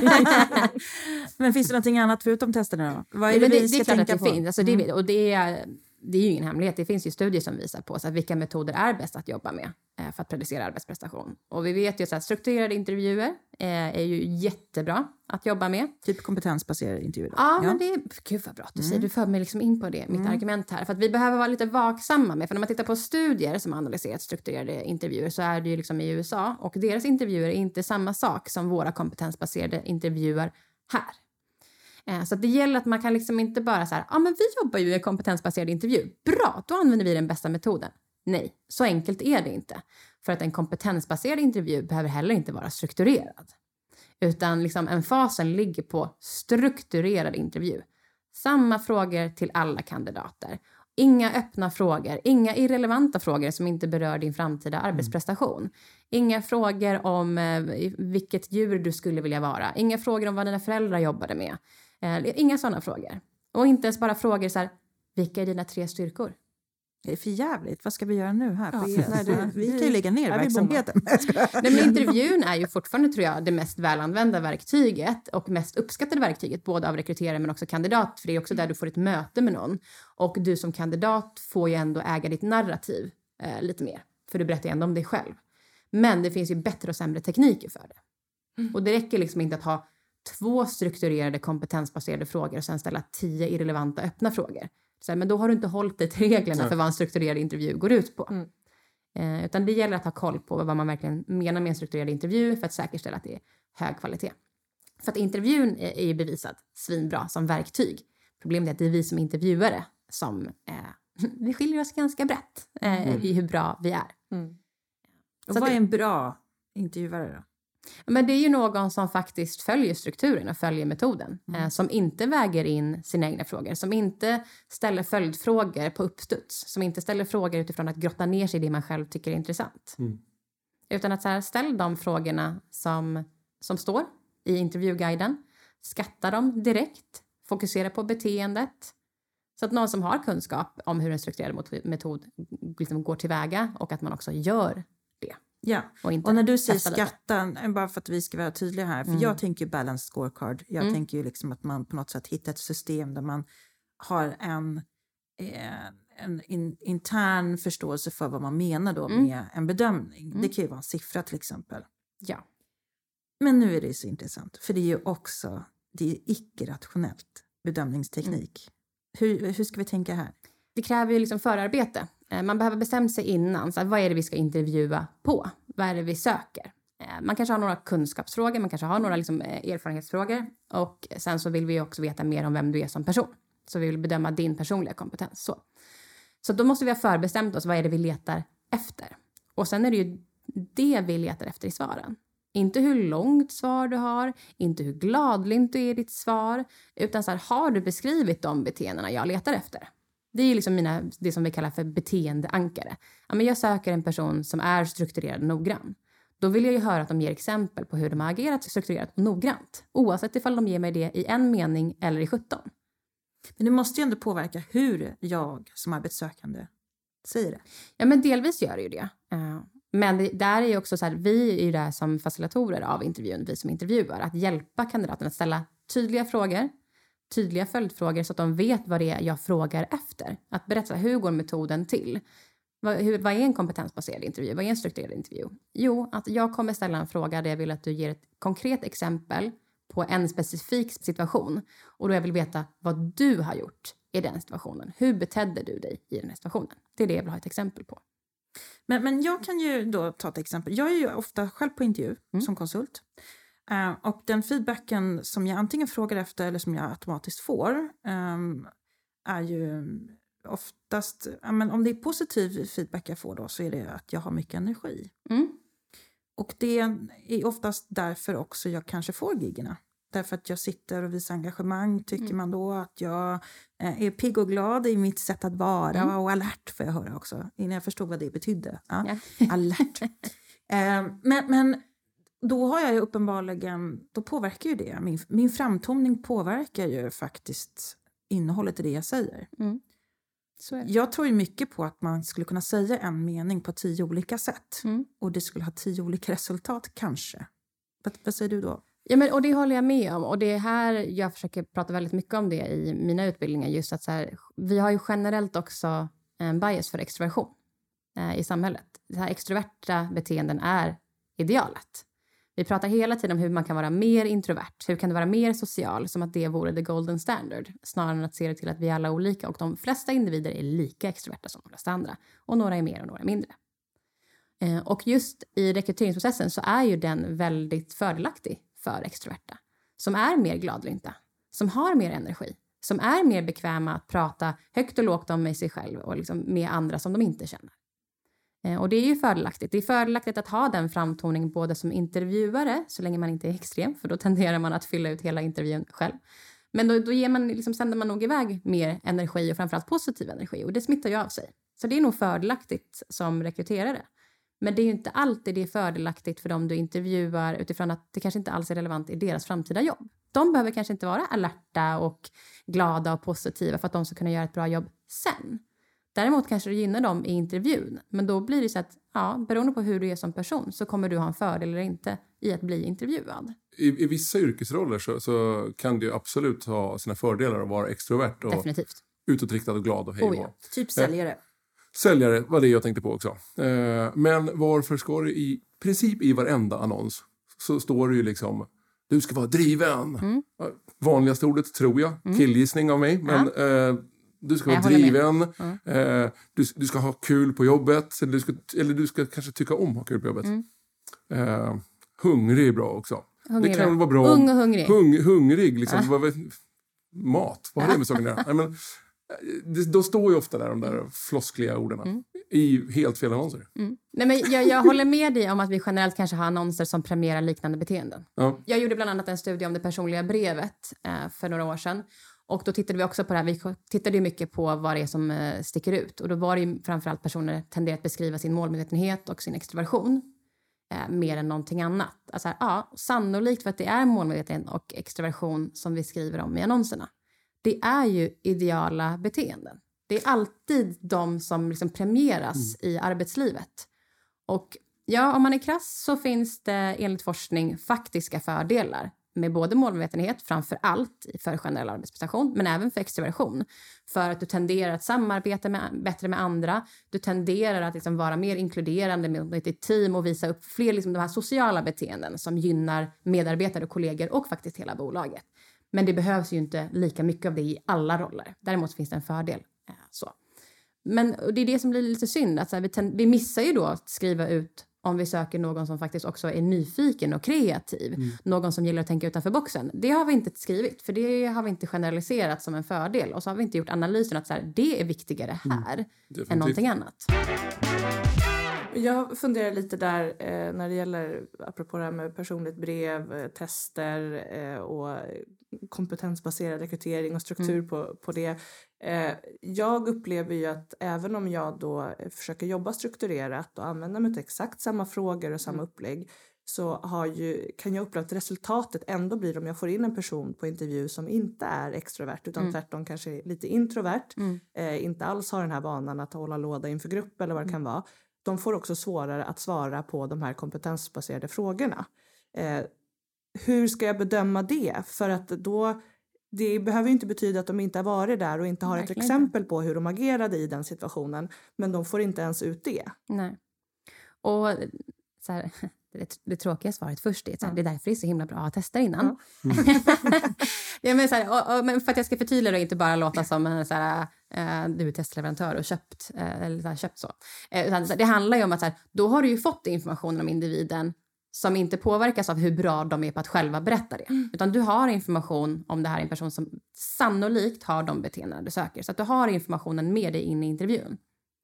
Men finns det någonting annat förutom testerna då? Vad är ja, det, det, vi ska det är klart tänka att det på? finns. Alltså, det, mm. Och det är, det är ju ingen hemlighet. Det finns ju studier som visar på så att vilka metoder är bäst att jobba med eh, för att predicera arbetsprestation. Och vi vet ju att strukturerade intervjuer eh, är ju jättebra att jobba med. Typ kompetensbaserade intervjuer. Ja, ja, men det är... Gud vad bra att du mm. säger. Du för mig liksom in på det, mitt mm. argument här. För att vi behöver vara lite vaksamma med. För när man tittar på studier som analyserat strukturerade intervjuer så är det ju liksom i U S A. Och deras intervjuer är inte samma sak som våra kompetensbaserade intervjuer här. Eh, så att det gäller att man kan liksom inte bara så här, ja ah, men vi jobbar ju i en kompetensbaserad intervju. Bra, då använder vi den bästa metoden. Nej, så enkelt är det inte. För att en kompetensbaserad intervju behöver heller inte vara strukturerad. Utan liksom emfasen ligger på strukturerad intervju. Samma frågor till alla kandidater. Inga öppna frågor, inga irrelevanta frågor som inte berör din framtida arbetsprestation. Mm. Inga frågor om eh, vilket djur du skulle vilja vara. Inga frågor om vad dina föräldrar jobbade med. Eh, inga sådana frågor. Och inte ens bara frågor så här, vilka är dina tre styrkor? Det är för jävligt. Vad ska vi göra nu här? Ja, Nej, du, vi kan ju lägga ner ja, verksamheten. Nej, men intervjun är ju fortfarande, tror jag, det mest välanvända verktyget och mest uppskattade verktyget, både av rekryterare men också kandidat. För det är också där du får ett möte med någon. Och du som kandidat får ju ändå äga ditt narrativ eh, lite mer. För du berättar ju ändå om dig själv. Men det finns ju bättre och sämre tekniker för det. Mm. Och det räcker liksom inte att ha två strukturerade kompetensbaserade frågor och sen ställa tio irrelevanta öppna frågor. Så här, men då har du inte hållit dig till reglerna ja. för vad en strukturerad intervju går ut på. Mm. Eh, utan det gäller att ha koll på vad man verkligen menar med en strukturerad intervju för att säkerställa att det är hög kvalitet. För att intervjun är, är ju bevisad svinbra som verktyg. Problemet är att det är vi som intervjuare som eh, vi skiljer oss ganska brett eh, mm. i hur bra vi är. Mm. Och vad är en bra intervjuare då? Men det är ju någon som faktiskt följer strukturen och följer metoden. Mm. Eh, som inte väger in sina egna frågor. Som inte ställer följdfrågor på uppstuds. Som inte ställer frågor utifrån att grotta ner sig i det man själv tycker är intressant. Mm. Utan att så här, ställ de frågorna som, som står i intervjuguiden. Skatta dem direkt. Fokusera på beteendet. Så att någon som har kunskap om hur en strukturerad metod liksom går tillväga. Och att man också gör det. Ja, och, och när du säger skatta, bara för att vi ska vara tydliga här. För mm. jag tänker ju balanced scorecard. Jag mm. tänker ju liksom att man på något sätt hittar ett system där man har en, eh, en in, intern förståelse för vad man menar då mm. med en bedömning. Mm. Det kan ju vara en siffra till exempel. Ja. Men nu är det så intressant. För det är ju också, det är icke-rationellt bedömningsteknik. Mm. Hur, hur ska vi tänka här? Det kräver ju liksom förarbete. Man behöver bestämma sig innan. Så här, vad är det vi ska intervjua på? Vad är det vi söker? Man kanske har några kunskapsfrågor. Man kanske har några liksom, erfarenhetsfrågor. Och sen så vill vi också veta mer om vem du är som person. Så vi vill bedöma din personliga kompetens. Så, så då måste vi ha förbestämt oss. Vad är det vi letar efter? Och sen är det ju det vi letar efter i svaren. Inte hur långt svar du har. Inte hur gladlynt du är i ditt svar. Utan så här, har du beskrivit de beteendena jag letar efter? Det är ju liksom mina, det som vi kallar för beteendeankare. Ja, men jag söker en person som är strukturerad och noggrann. Då vill jag ju höra att de ger exempel på hur de har agerat strukturerat och noggrant. Oavsett ifall de ger mig det i en mening eller i sjutton. Men det måste ju ändå påverka hur jag som arbetssökande säger det. Ja, men delvis gör det ju det. Men det, där är ju också så här, vi är ju där som facilitatorer av intervjun, vi som intervjuar. Att hjälpa kandidaterna att ställa tydliga frågor. tydliga följdfrågor så att de vet vad det är jag frågar efter. Att berätta, hur går metoden till? Vad, hur, vad är en kompetensbaserad intervju? Vad är en strukturerad intervju? Jo, att jag kommer ställa en fråga där jag vill att du ger ett konkret exempel på en specifik situation. Och då jag vill veta vad du har gjort i den situationen. Hur betedde du dig i den här situationen? Det är det jag vill ha ett exempel på. Men, men jag kan ju då ta ett exempel. Jag är ju ofta själv på intervju mm. som konsult. Uh, och den feedbacken som jag antingen frågar efter eller som jag automatiskt får um, är ju oftast, ja, men om det är positiv feedback jag får då så är det att jag har mycket energi. Mm. Och det är oftast därför också jag kanske får giggarna. Därför att jag sitter och visar engagemang. Tycker mm. man då att jag eh, är pigg och glad i mitt sätt att vara. Mm. Och alert får jag höra också. Innan jag förstod vad det betydde. Ja, ja. Alert. eh, men, men då har jag ju uppenbarligen, då påverkar ju det. Min, min framtoning påverkar ju faktiskt innehållet i det jag säger. Mm. Så är det. Jag tror ju mycket på att man skulle kunna säga en mening på tio olika sätt. Mm. Och det skulle ha tio olika resultat kanske. Vad, vad säger du då? Ja, men, och det håller jag med om. Och det är här jag försöker prata väldigt mycket om det i mina utbildningar. Just att så här, vi har ju generellt också en bias för extroversion eh, i samhället. Det här extroverta beteenden är idealet. Vi pratar hela tiden om hur man kan vara mer introvert. Hur kan du vara mer social? Som att det vore the golden standard. Snarare än att se det till att vi är alla olika. Och de flesta individer är lika extroverta som de flesta andra. Och några är mer och några är mindre. Eh, och just i rekryteringsprocessen så är ju den väldigt fördelaktig för extroverta. Som är mer gladlynta. Som har mer energi. Som är mer bekväma att prata högt och lågt om sig själv. Och liksom med andra som de inte känner. Och det är ju fördelaktigt. Det är fördelaktigt att ha den framtoning både som intervjuare, så länge man inte är extrem, för då tenderar man att fylla ut hela intervjun själv. Men då, då ger man, liksom, sänder man nog iväg mer energi och framförallt positiv energi. Och det smittar ju av sig. Så det är nog fördelaktigt som rekryterare. Men det är ju inte alltid det är fördelaktigt för dem du intervjuar utifrån att det kanske inte alls är relevant i deras framtida jobb. De behöver kanske inte vara alerta och glada och positiva för att de ska kunna göra ett bra jobb sen. Däremot kanske du gynnar dem i intervjun. Men då blir det så att, ja, beroende på hur du är som person så kommer du ha en fördel eller inte i att bli intervjuad. I, i vissa yrkesroller så, så kan du absolut ha sina fördelar att vara extrovert och definitivt utåtriktad och glad och hej och oh, ja. Typ säljare. Eh, säljare var det jag tänkte på också. Eh, men varför ska det i princip i varenda annons så står det ju liksom du ska vara driven. Mm. Vanligaste ordet tror jag. Mm. Killgissning av mig. Men ja. eh, du ska vara driven. Mm. Eh, du, du ska ha kul på jobbet. Eller du ska, eller du ska kanske tycka om att ha kul på jobbet. Mm. Eh, hungrig är bra också. Hungrig det kan vara bra. Ung och hungrig. Hung, hungrig. Liksom. Ja. Vad, mat. Vad har det med saken där? Nej, men, det, då står ju ofta där de där floskliga orden. Mm. I helt fel annonser. Mm. Nej, men jag, jag håller med dig om att vi generellt kanske har annonser som premierar liknande beteenden. Ja. Jag gjorde bland annat en studie om det personliga brevet eh, för några år sedan. Och då tittade vi också på det här. Vi tittade ju mycket på vad det är som eh, sticker ut. Och då var det ju framförallt personer tenderar att beskriva sin målmedvetenhet och sin extroversion. Eh, mer än någonting annat. Alltså här, ja, sannolikt för att det är målmedvetenhet och extroversion som vi skriver om i annonserna. Det är ju ideala beteenden. Det är alltid de som liksom premieras mm. i arbetslivet. Och ja, om man är krass så finns det enligt forskning faktiska fördelar med både målmedvetenhet, framför allt för generell arbetsprestation, men även för extroversion. För att du tenderar att samarbeta med, bättre med andra. Du tenderar att liksom vara mer inkluderande med ditt team och visa upp fler liksom de här sociala beteenden som gynnar medarbetare och kollegor och faktiskt hela bolaget. Men det behövs ju inte lika mycket av det i alla roller. Däremot finns det en fördel. Så. Men det är det som blir lite synd. Att så här, vi, ten- vi missar ju då att skriva ut om vi söker någon som faktiskt också är nyfiken och kreativ. Mm. Någon som gillar att tänka utanför boxen. Det har vi inte skrivit. För det har vi inte generaliserat som en fördel. Och så har vi inte gjort analysen att så här, det är viktigare här mm. än någonting annat. Jag funderar lite där eh, när det gäller, apropå det här med personligt brev, eh, tester eh, och kompetensbaserad rekrytering och struktur mm. på, på det. Eh, jag upplever ju att även om jag då försöker jobba strukturerat och använda mig till exakt samma frågor och samma mm. upplägg, så har ju, kan jag uppleva att resultatet ändå blir om jag får in en person på intervju som inte är extrovert utan mm. tvärtom kanske är lite introvert, mm. eh, inte alls har den här vanan att hålla låda inför grupp eller vad det mm. kan vara. De får också svårare att svara på de här kompetensbaserade frågorna. Eh, hur ska jag bedöma det? För att då, det behöver ju inte betyda att de inte har varit där och inte har Verkligen ett exempel på hur de agerade i den situationen. Men de får inte ens ut det. Nej. Och så här, det, det tråkiga svaret först är så här, Ja. det är därför det är så himla bra att ha tester innan. Ja. Ja, men, så här, och, och, men för att jag ska förtydliga och inte bara låta som en så här, eh, du är testleverantör och köpt, eh, eller så här, köpt så. Eh, utan, så här, det handlar ju om att så här, då har du ju fått information om individen som inte påverkas av hur bra de är på att själva berätta det. Mm. Utan du har information om det här är en person som sannolikt har de beteenden du söker. Så att du har informationen med dig in i intervjun.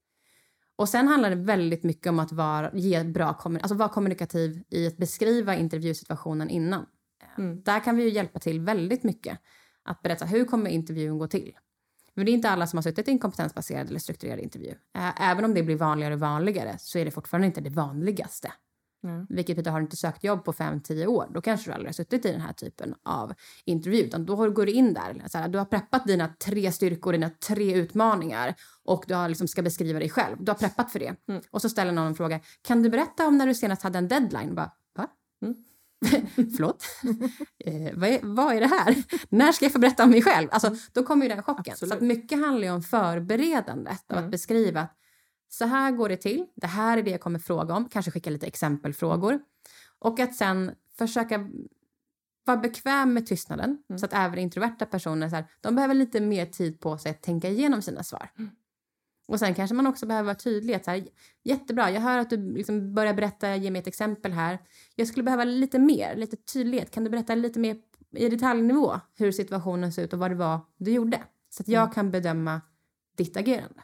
Och sen handlar det väldigt mycket om att vara, ge bra, alltså vara kommunikativ i att beskriva intervjusituationen innan. Mm. Där kan vi ju hjälpa till väldigt mycket. Att berätta hur kommer intervjun gå till. Men det är inte alla som har suttit i en kompetensbaserad eller strukturerad intervju. Även om det blir vanligare och vanligare så är det fortfarande inte det vanligaste. Mm. Vilket betyder, har du inte sökt jobb på fem till tio år, då kanske du aldrig har suttit i den här typen av intervju. Utan då går du in där, så här, du har preppat dina tre styrkor, dina tre utmaningar och du har liksom ska beskriva dig själv. Du har preppat för det. Mm. Och så ställer någon en fråga, kan du berätta om när du senast hade en deadline? Bara, va? Mm. Förlåt? eh, vad, är, vad är det här? När ska jag få berätta om mig själv? Alltså, då kommer ju den chocken. Absolut. Så att mycket handlar ju om förberedandet av mm. att beskriva att så här går det till. Det här är det jag kommer fråga om. Kanske skicka lite exempelfrågor. Och att sen försöka vara bekväm med tystnaden. Mm. Så att även introverta personer så här, de behöver lite mer tid på sig att tänka igenom sina svar. Mm. Och sen kanske man också behöver vara tydlig. Att så här, jättebra, jag hör att du liksom börjar berätta, ge mig ett exempel här. Jag skulle behöva lite mer, lite tydlighet. Kan du berätta lite mer i detaljnivå hur situationen ser ut och vad det var du gjorde? Så att jag mm. kan bedöma ditt agerande.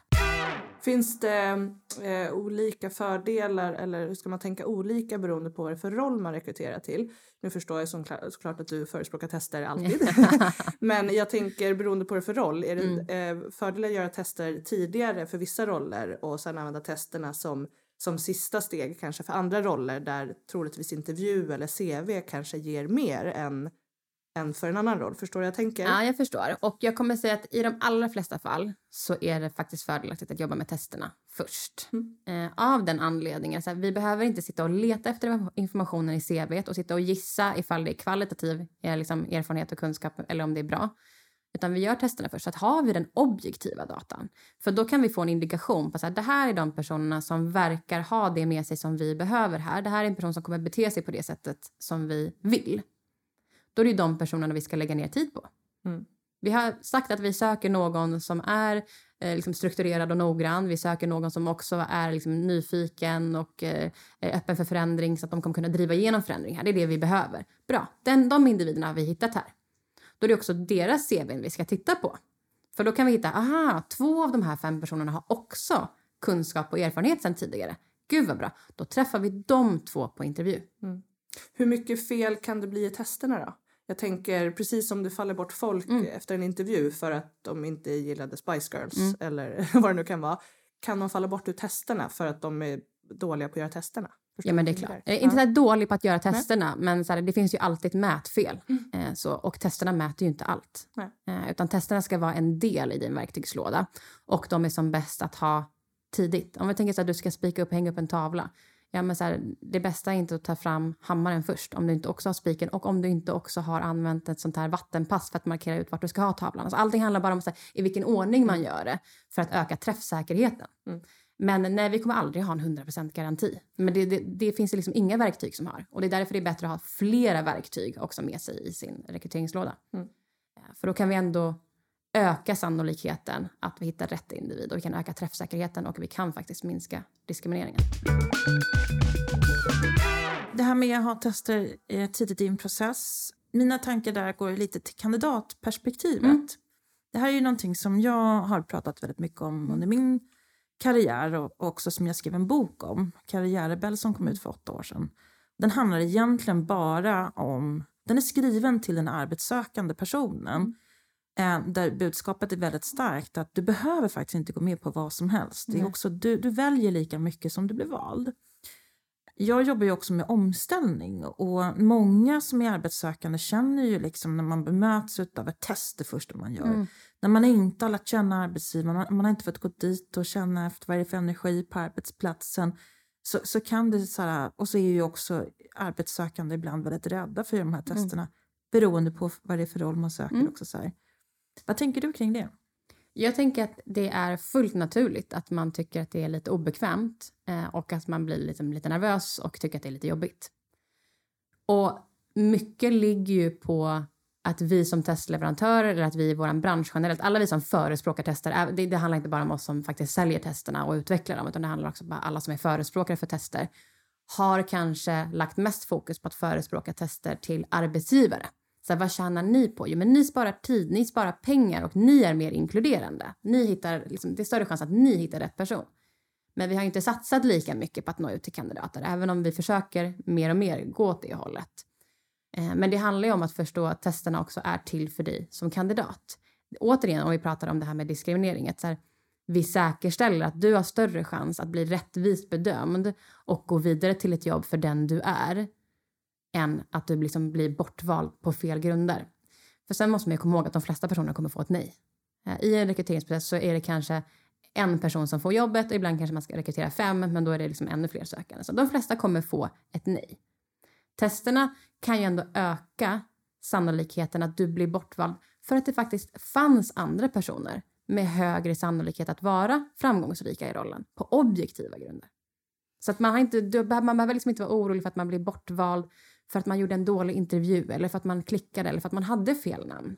Finns det eh, olika fördelar eller hur ska man tänka olika beroende på vad det är för roll man rekryterar till? Nu förstår jag som, såklart att du förespråkar tester alltid. Men jag tänker beroende på det för roll. Är det mm. eh, fördel att göra tester tidigare för vissa roller och sen använda testerna som, som sista steg kanske för andra roller där troligtvis intervju eller C V kanske ger mer än än för en annan roll. Förstår jag tänker? Ja, jag förstår. Och jag kommer säga att i de allra flesta fall så är det faktiskt fördelaktigt att jobba med testerna först. Mm. Eh, av den anledningen. Så här, vi behöver inte sitta och leta efter informationen i C V:t och sitta och gissa ifall det är kvalitativ är liksom erfarenhet och kunskap eller om det är bra. Utan vi gör testerna först. Så att har vi den objektiva datan. För då kan vi få en indikation på att det här är de personerna som verkar ha det med sig som vi behöver här. Det här är en person som kommer bete sig på det sättet som vi vill. Då är det ju de personerna vi ska lägga ner tid på. Mm. Vi har sagt att vi söker någon som är eh, liksom strukturerad och noggrann. Vi söker någon som också är liksom, nyfiken och eh, öppen för förändring så att de kommer kunna driva igenom förändring här. Det är det vi behöver. Bra, Den, de individerna har vi hittat här. Då är det också deras C V vi ska titta på. För då kan vi hitta, aha, två av de här fem personerna har också kunskap och erfarenhet sedan tidigare. Gud vad bra, då träffar vi de två på intervju. Mm. Hur mycket fel kan det bli i testerna då? Jag tänker precis som det faller bort folk mm. efter en intervju för att de inte gillade Spice Girls mm. eller vad det nu kan vara. Kan de falla bort ur testerna för att de är dåliga på att göra testerna? Förstår ja, men det är klart. Jag är inte så dålig på att göra testerna, Nej. men så här, det finns ju alltid ett mätfel. Mm. Eh, så, och testerna mäter ju inte allt. Eh, utan testerna ska vara en del i din verktygslåda. Och de är som bäst att ha tidigt. Om vi tänker så att du ska spika upp och hänga upp en tavla. Ja, men så här, det bästa är inte att ta fram hammaren först om du inte också har spiken och om du inte också har använt ett sånt här vattenpass för att markera ut vart du ska ha tavlan. Alltså, allting handlar bara om så här, i vilken ordning man gör det för att öka träffsäkerheten. Mm. Men nej, vi kommer aldrig ha en hundra procent garanti. Men det, det, det finns liksom inga verktyg som har. Och det är därför det är bättre att ha flera verktyg också med sig i sin rekryteringslåda. Mm. För då kan vi ändå öka sannolikheten att vi hittar rätt individ och vi kan öka träffsäkerheten och vi kan faktiskt minska diskrimineringen. Det här med att ha tester tidigt i en process. Mina tankar där går lite till kandidatperspektivet. Mm. Det här är ju någonting som jag har pratat väldigt mycket om under min karriär och också som jag skrev en bok om. Karriärrebell som kom ut för åtta år sedan. Den handlar egentligen bara om, den är skriven till den arbetssökande personen. Mm. Där budskapet är väldigt starkt att du behöver faktiskt inte gå med på vad som helst. Det är också, du, du väljer lika mycket som du blir vald. Jag jobbar ju också med omställning och många som är arbetssökande känner ju liksom när man bemöts av ett test det första man gör. Mm. När man inte har lärt känna arbetsgivaren, man, man har inte fått gå dit och känna efter vad det är för energi på arbetsplatsen. Så, så kan det så här, och så är ju också arbetssökande ibland väldigt rädda för de här testerna. Mm. beroende på vad det är för roll man söker Mm. också. Så här. Vad tänker du kring det? Jag tänker att det är fullt naturligt att man tycker att det är lite obekvämt eh, och att man blir liksom lite nervös och tycker att det är lite jobbigt. Och mycket ligger ju på att vi som testleverantörer eller att vi i vår bransch generellt, alla vi som förespråkar tester, det, det handlar inte bara om oss som faktiskt säljer testerna och utvecklar dem, utan det handlar också om alla som är förespråkare för tester, har kanske lagt mest fokus på att förespråka tester till arbetsgivare. Så här, vad tjänar ni på? Jo, men ni sparar tid, ni sparar pengar och ni är mer inkluderande. Ni hittar, liksom, det är större chans att ni hittar rätt person. Men vi har inte satsat lika mycket på att nå ut till kandidater, även om vi försöker mer och mer gå åt det hållet. Eh, men det handlar ju om att förstå att testerna också är till för dig som kandidat. Återigen, om vi pratar om det här med diskriminering, att så här, vi säkerställer att du har större chans att bli rättvist bedömd och gå vidare till ett jobb för den du är, än att du liksom blir bortvald på fel grunder. För sen måste man ju komma ihåg att de flesta personer kommer få ett nej. I en rekryteringsprocess så är det kanske en person som får jobbet och ibland kanske man ska rekrytera fem, men då är det liksom ännu fler sökande. Så de flesta kommer få ett nej. Testerna kan ju ändå öka sannolikheten att du blir bortvald för att det faktiskt fanns andra personer med högre sannolikhet att vara framgångsrika i rollen på objektiva grunder. Så att man, har inte, man behöver liksom inte vara orolig för att man blir bortvald för att man gjorde en dålig intervju eller för att man klickade eller för att man hade fel namn.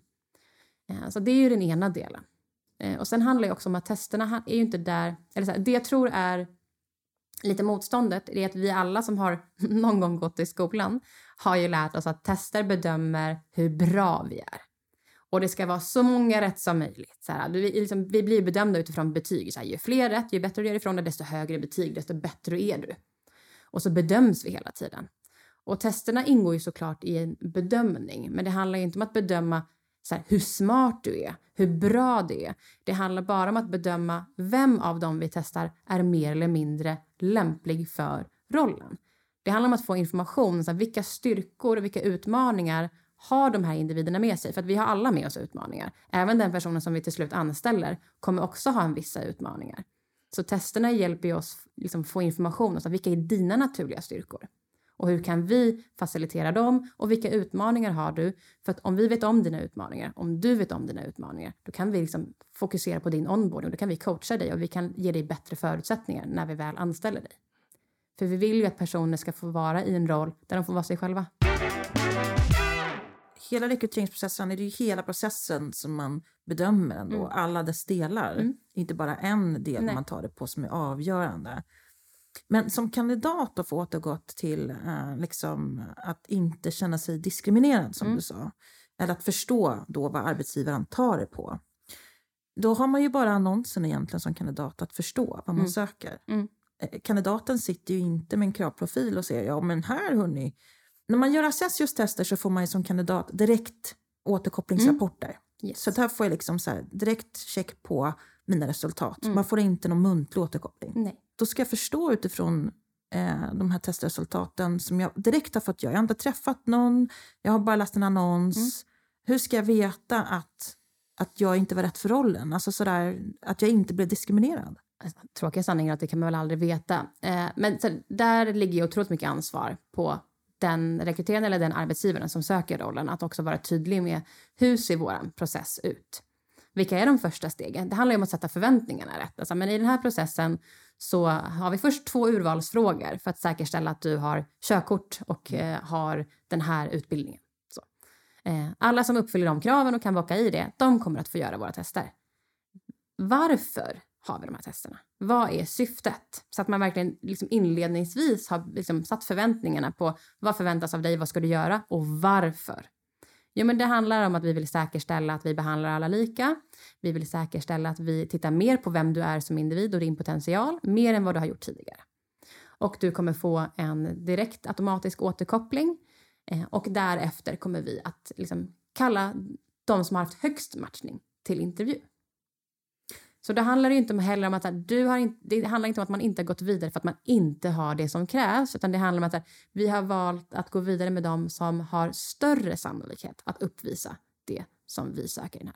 Så det är ju den ena delen. Och sen handlar det också om att testerna är ju inte där, eller så här, det jag tror är lite motståndet är att vi alla som har någon gång gått i skolan har ju lärt oss att tester bedömer hur bra vi är. Och det ska vara så många rätt som möjligt. Så här, vi, liksom, vi blir bedömda utifrån betyg. Så här, ju fler rätt, ju bättre du är ifrån det, desto högre betyg, desto bättre är du. Och så bedöms vi hela tiden. Och testerna ingår ju såklart i en bedömning. Men det handlar ju inte om att bedöma så här, hur smart du är, hur bra du är. Det handlar bara om att bedöma vem av dem vi testar är mer eller mindre lämplig för rollen. Det handlar om att få information, så här, vilka styrkor och vilka utmaningar har de här individerna med sig. För att vi har alla med oss utmaningar. Även den personen som vi till slut anställer kommer också ha en vissa utmaningar. Så testerna hjälper oss liksom få information. Alltså vilka är dina naturliga styrkor? Och hur kan vi facilitera dem? Och vilka utmaningar har du? För att om vi vet om dina utmaningar, om du vet om dina utmaningar, då kan vi liksom fokusera på din onboarding. Då kan vi coacha dig och vi kan ge dig bättre förutsättningar när vi väl anställer dig. För vi vill ju att personer ska få vara i en roll där de får vara sig själva. Hela rekryteringsprocessen är det ju hela processen som man bedömer ändå. Mm. Alla dess delar. Mm. Inte bara en del Nej. Man tar det på som är avgörande. Men som kandidat att få återgått till eh, liksom, att inte känna sig diskriminerad som mm. du sa. Eller att förstå då vad arbetsgivaren tar det på. Då har man ju bara annonsen egentligen som kandidat att förstå vad man mm. söker. Mm. Eh, kandidaten sitter ju inte med en kravprofil och säger ja men här hörni. När man gör Assessius-tester så får man ju som kandidat direkt återkopplingsrapporter. Mm. Yes. Så där får jag liksom så här, direkt check på mina resultat. Mm. Man får inte någon muntlig återkoppling. Nej. Då ska jag förstå utifrån eh, de här testresultaten som jag direkt har fått göra. Jag har inte träffat någon, jag har bara läst en annons. Mm. Hur ska jag veta att, att jag inte var rätt för rollen? Alltså sådär, att jag inte blev diskriminerad. Tråkiga sanningar att det kan man väl aldrig veta. Eh, men så, där ligger ju otroligt mycket ansvar på den rekryteraren eller den arbetsgivaren som söker rollen att också vara tydlig med hur ser vår process ut. Vilka är de första stegen? Det handlar ju om att sätta förväntningarna rätt. Alltså, men i den här processen så har vi först två urvalsfrågor för att säkerställa att du har körkort och eh, har den här utbildningen. Så. Eh, alla som uppfyller de kraven och kan bocka i det, de kommer att få göra våra tester. Varför har vi de här testerna? Vad är syftet? Så att man verkligen liksom inledningsvis har liksom satt förväntningarna på vad förväntas av dig, vad ska du göra och varför. Jo, men det handlar om att vi vill säkerställa att vi behandlar alla lika. Vi vill säkerställa att vi tittar mer på vem du är som individ och din potential, mer än vad du har gjort tidigare. Och du kommer få en direkt automatisk återkoppling eh, och därefter kommer vi att liksom kalla de som har haft högst matchning till intervju. Så det handlar ju inte heller om att du har inte, det handlar inte om att man inte har gått vidare för att man inte har det som krävs, utan det handlar om att vi har valt att gå vidare med dem som har större sannolikhet att uppvisa det som vi söker i den här rollen.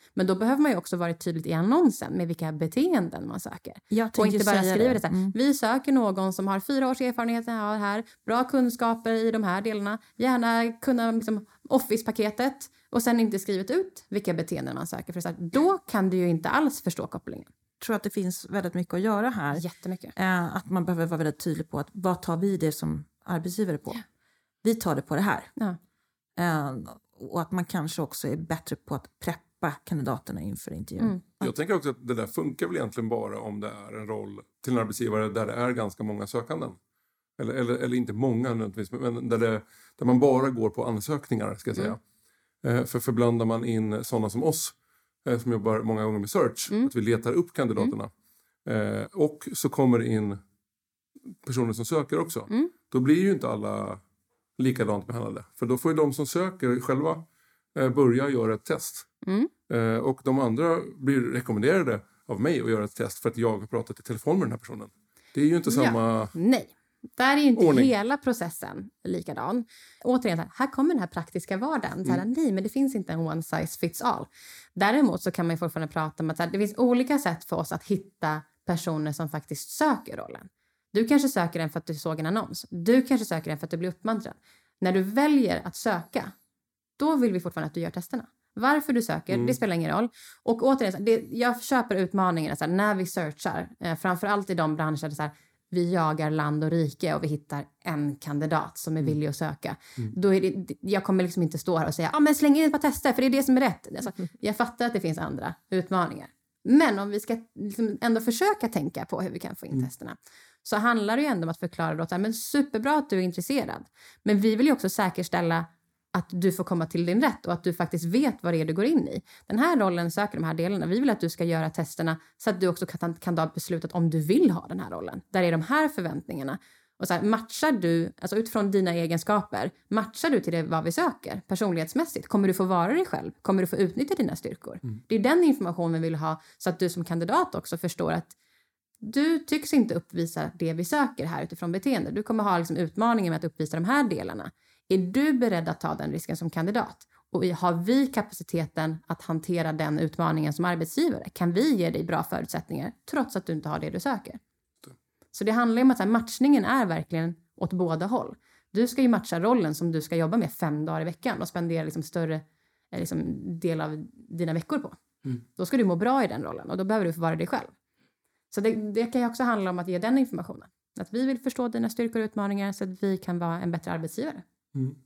Men då behöver man ju också vara tydligt i annonsen med vilka beteenden man söker. Jag Och inte bara skriva det, det så här, mm. vi söker någon som har fyra års erfarenhet här, bra kunskaper i de här delarna, gärna kunna liksom, Office-paketet och sen inte skrivit ut vilka beteenden man söker. För så här, då kan du ju inte alls förstå kopplingen. Jag tror att det finns väldigt mycket att göra här. Jättemycket. Eh, att man behöver vara väldigt tydlig på att vad tar vi det som arbetsgivare på? Yeah. Vi tar det på det här. Ja. Eh, och att man kanske också är bättre på att preppa kandidaterna inför intervjun. Mm. Jag tänker också att det där funkar väl egentligen bara om det är en roll till en arbetsgivare där det är ganska många sökanden. Eller, eller, eller inte många nödvändigtvis, men där, det, där man bara går på ansökningar ska jag säga. Mm. Eh, för förblandar man in sådana som oss eh, som jobbar många gånger med search, mm. att vi letar upp kandidaterna. Mm. Eh, och så kommer det in personer som söker också. Mm. Då blir ju inte alla likadant behandlade. För då får ju de som söker själva eh, börja göra ett test. Mm. Eh, och de andra blir rekommenderade av mig att göra ett test för att jag har pratat i telefon med den här personen. Det är ju inte samma... Ja. Nej. Där är ju inte ordning. Hela processen likadan. Återigen, här, här kommer den här praktiska vardagen. Så här, mm. Nej, men det finns inte en one size fits all. Däremot så kan man ju fortfarande prata om att så här, det finns olika sätt för oss att hitta personer som faktiskt söker rollen. Du kanske söker den för att du såg en annons. Du kanske söker den för att du blir uppmuntrad. När du väljer att söka, då vill vi fortfarande att du gör testerna. Varför du söker, mm. det spelar ingen roll. Och återigen, det, jag köper utmaningarna så här, när vi searchar. Eh, framförallt i de branscher där så här, vi jagar land och rike och vi hittar en kandidat som är mm. villig att söka. Mm. Då är det, jag kommer liksom inte stå här och säga ja ah, men släng in ett par tester för det är det som är rätt. Alltså, jag fattar att det finns andra utmaningar. Men om vi ska liksom ändå försöka tänka på hur vi kan få in mm. testerna. Så handlar det ju ändå om att förklara då att men superbra att du är intresserad. Men vi vill ju också säkerställa att du får komma till din rätt och att du faktiskt vet vad det är du går in i. Den här rollen söker de här delarna. Vi vill att du ska göra testerna så att du också kan, kan ta beslutet om du vill ha den här rollen. Där är de här förväntningarna. Och så här, matchar du, alltså utifrån dina egenskaper, matchar du till det vad vi söker personlighetsmässigt? Kommer du få vara dig själv? Kommer du få utnyttja dina styrkor? Mm. Det är den informationen vi vill ha så att du som kandidat också förstår att du tycks inte uppvisa det vi söker här utifrån beteende. Du kommer ha liksom utmaningen med att uppvisa de här delarna. Är du beredd att ta den risken som kandidat? Och har vi kapaciteten att hantera den utmaningen som arbetsgivare? Kan vi ge dig bra förutsättningar trots att du inte har det du söker? Så det handlar om att här, matchningen är verkligen åt båda håll. Du ska ju matcha rollen som du ska jobba med fem dagar i veckan och spendera liksom större liksom, del av dina veckor på. Mm. Då ska du må bra i den rollen och då behöver du få vara dig själv. Så det, det kan ju också handla om att ge den informationen. Att vi vill förstå dina styrkor och utmaningar så att vi kan vara en bättre arbetsgivare. Mm.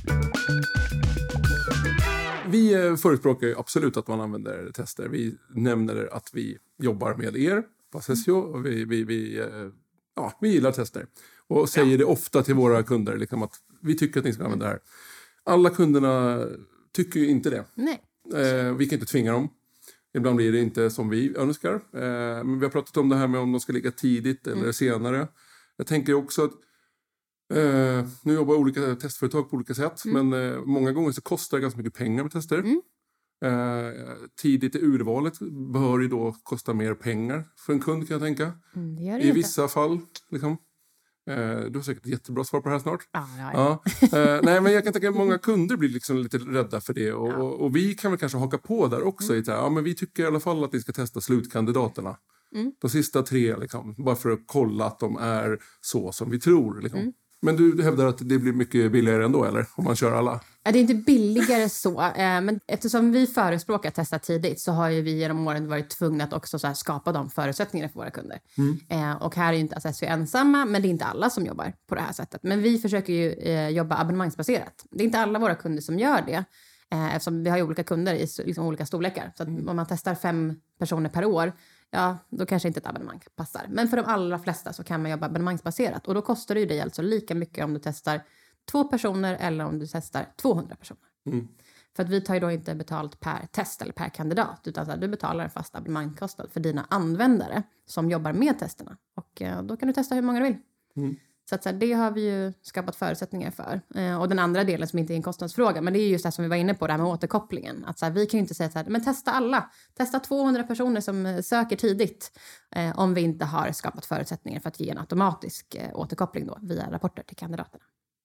Vi förespråkar ju absolut att man använder tester. Vi nämner att vi jobbar med er på Assessio och vi, vi, vi, ja, vi gillar tester. Och säger ja. det ofta till våra kunder liksom att vi tycker att ni ska använda det här. Alla kunderna tycker ju inte det. Nej. Eh, vi kan inte tvinga dem. Ibland blir det inte som vi önskar. Eh, men vi har pratat om det här med om de ska ligga tidigt eller mm. senare. Jag tänker också att eh, nu jobbar olika testföretag på olika sätt. Mm. Men eh, många gånger så kostar det ganska mycket pengar med tester. Mm. Eh, tidigt i urvalet bör ju då kosta mer pengar för en kund kan jag tänka. Mm, det gör det I inte. vissa fall liksom. Du har säkert ett jättebra svar på det här snart. Ah, ja, ja. Ja. Uh, nej, men jag kan tänka att många kunder blir liksom lite rädda för det. Och, ja. och, och vi kan väl kanske haka på där också. Mm. I ja, men vi tycker i alla fall att ni ska testa slutkandidaterna. Mm. De sista tre, liksom, bara för att kolla att de är så som vi tror. Liksom. Mm. Men du, du hävdar att det blir mycket billigare ändå, eller? Om man kör alla? Ja, det är inte billigare så. Eh, men eftersom vi förespråkar testa tidigt så har ju vi genom åren varit tvungna att också så här skapa de förutsättningarna för våra kunder. Mm. Eh, och här är ju inte Assessio ensamma, men det är inte alla som jobbar på det här sättet. Men vi försöker ju eh, jobba abonnemangsbaserat. Det är inte alla våra kunder som gör det. Eh, eftersom vi har ju olika kunder i liksom, olika storlekar. Så att mm. om man testar fem personer per år, ja, då kanske inte ett abonnemang passar. Men för de allra flesta så kan man jobba abonnemangsbaserat. Och då kostar det ju dig alltså lika mycket om du testar två personer eller om du testar tvåhundra personer. Mm. För att vi tar ju då inte betalt per test eller per kandidat. Utan så här, du betalar en fast abonnemangskostnad för dina användare som jobbar med testerna. Och eh, då kan du testa hur många du vill. Mm. Så att så här, det har vi ju skapat förutsättningar för. Eh, och den andra delen som inte är en kostnadsfråga. Men det är just det som vi var inne på, det här med återkopplingen. Att så här, vi kan ju inte säga så här, men testa alla. Testa tvåhundra personer som söker tidigt. Eh, om vi inte har skapat förutsättningar för att ge en automatisk eh, återkoppling då via rapporter till kandidaterna.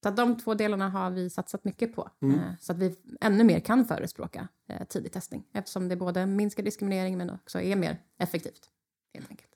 Så att de två delarna har vi satsat mycket på. Mm. Eh, så att vi ännu mer kan förespråka eh, tidig testning. Eftersom det både minskar diskriminering men också är mer effektivt. Helt enkelt.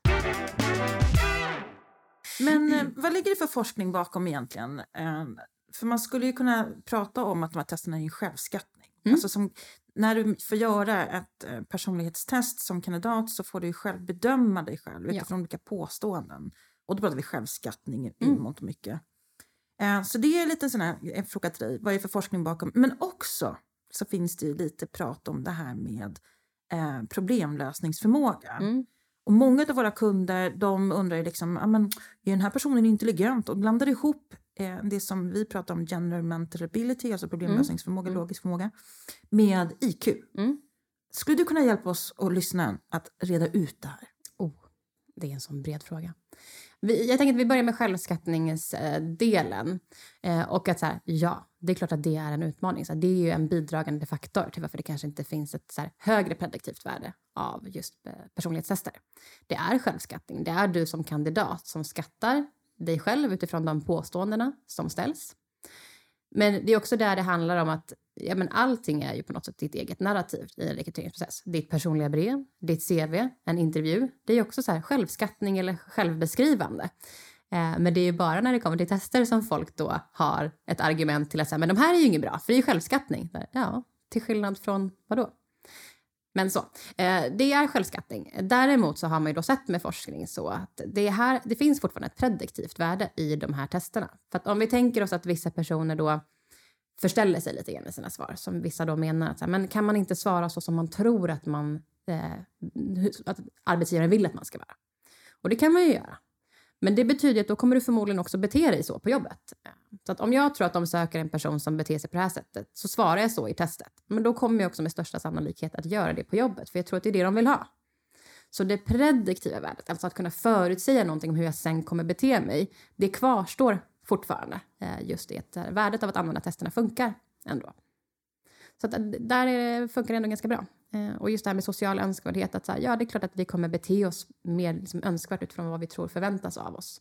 Men eh, vad ligger det för forskning bakom egentligen? Eh, för man skulle ju kunna prata om att de här testerna är en självskattning. Mm. Alltså som, när du får göra ett eh, personlighetstest som kandidat så får du ju själv bedöma dig själv utifrån Ja. olika påståenden. Och då pratar vi självskattning i Mm. mångt och mycket. Eh, så det är lite sån här en fråga till dig. Vad är det för forskning bakom? Men också så finns det ju lite prat om det här med eh, problemlösningsförmåga. Mm. Och många av våra kunder, de undrar ju liksom, ah, men, är den här personen intelligent? Och blandar ihop eh, det som vi pratar om, general mental ability, alltså problemlösningsförmåga, Mm. logisk förmåga, med I Q. Mm. Skulle du kunna hjälpa oss och lyssna att reda ut det här? Oh, det är en sån bred fråga. Vi, jag tänker att vi börjar med självskattningsdelen. Eh, och att så här, ja, det är klart att det är en utmaning. Så det är ju en bidragande faktor till varför det kanske inte finns ett så här högre prediktivt värde av just eh, personlighetstester. Det är självskattning. Det är du som kandidat som skattar dig själv utifrån de påståendena som ställs. Men det är också där det handlar om att ja, men allting är ju på något sätt ditt eget narrativ i en rekryteringsprocess. Ditt personliga brev, ditt C V, en intervju. Det är också så här självskattning eller självbeskrivande. Eh, men det är ju bara när det kommer till tester som folk då har ett argument till att säga, men de här är ju inget bra, för det är ju självskattning. Ja, till skillnad från vad då? Men så, eh, det är självskattning. Däremot så har man ju då sett med forskning så att det, här, det finns fortfarande ett prediktivt värde i de här testerna. För att om vi tänker oss att vissa personer då förställer sig lite grann i sina svar, som vissa då menar att så här, men kan man inte svara så som man tror att, man, eh, att arbetsgivaren vill att man ska vara? Och det kan man ju göra. Men det betyder att då kommer du förmodligen också bete dig så på jobbet. Så att om jag tror att de söker en person som beter sig på det här sättet så svarar jag så i testet. Men då kommer jag också med största sannolikhet att göra det på jobbet. För jag tror att det är det de vill ha. Så det prediktiva värdet, alltså att kunna förutsäga någonting om hur jag sen kommer bete mig, det kvarstår fortfarande. Just det, värdet av att använda testerna funkar ändå. Så att där är det, funkar det ändå ganska bra. Och just det här med social önskvärdhet, att så här, ja, det är klart att vi kommer bete oss mer liksom önskvärt utifrån vad vi tror förväntas av oss.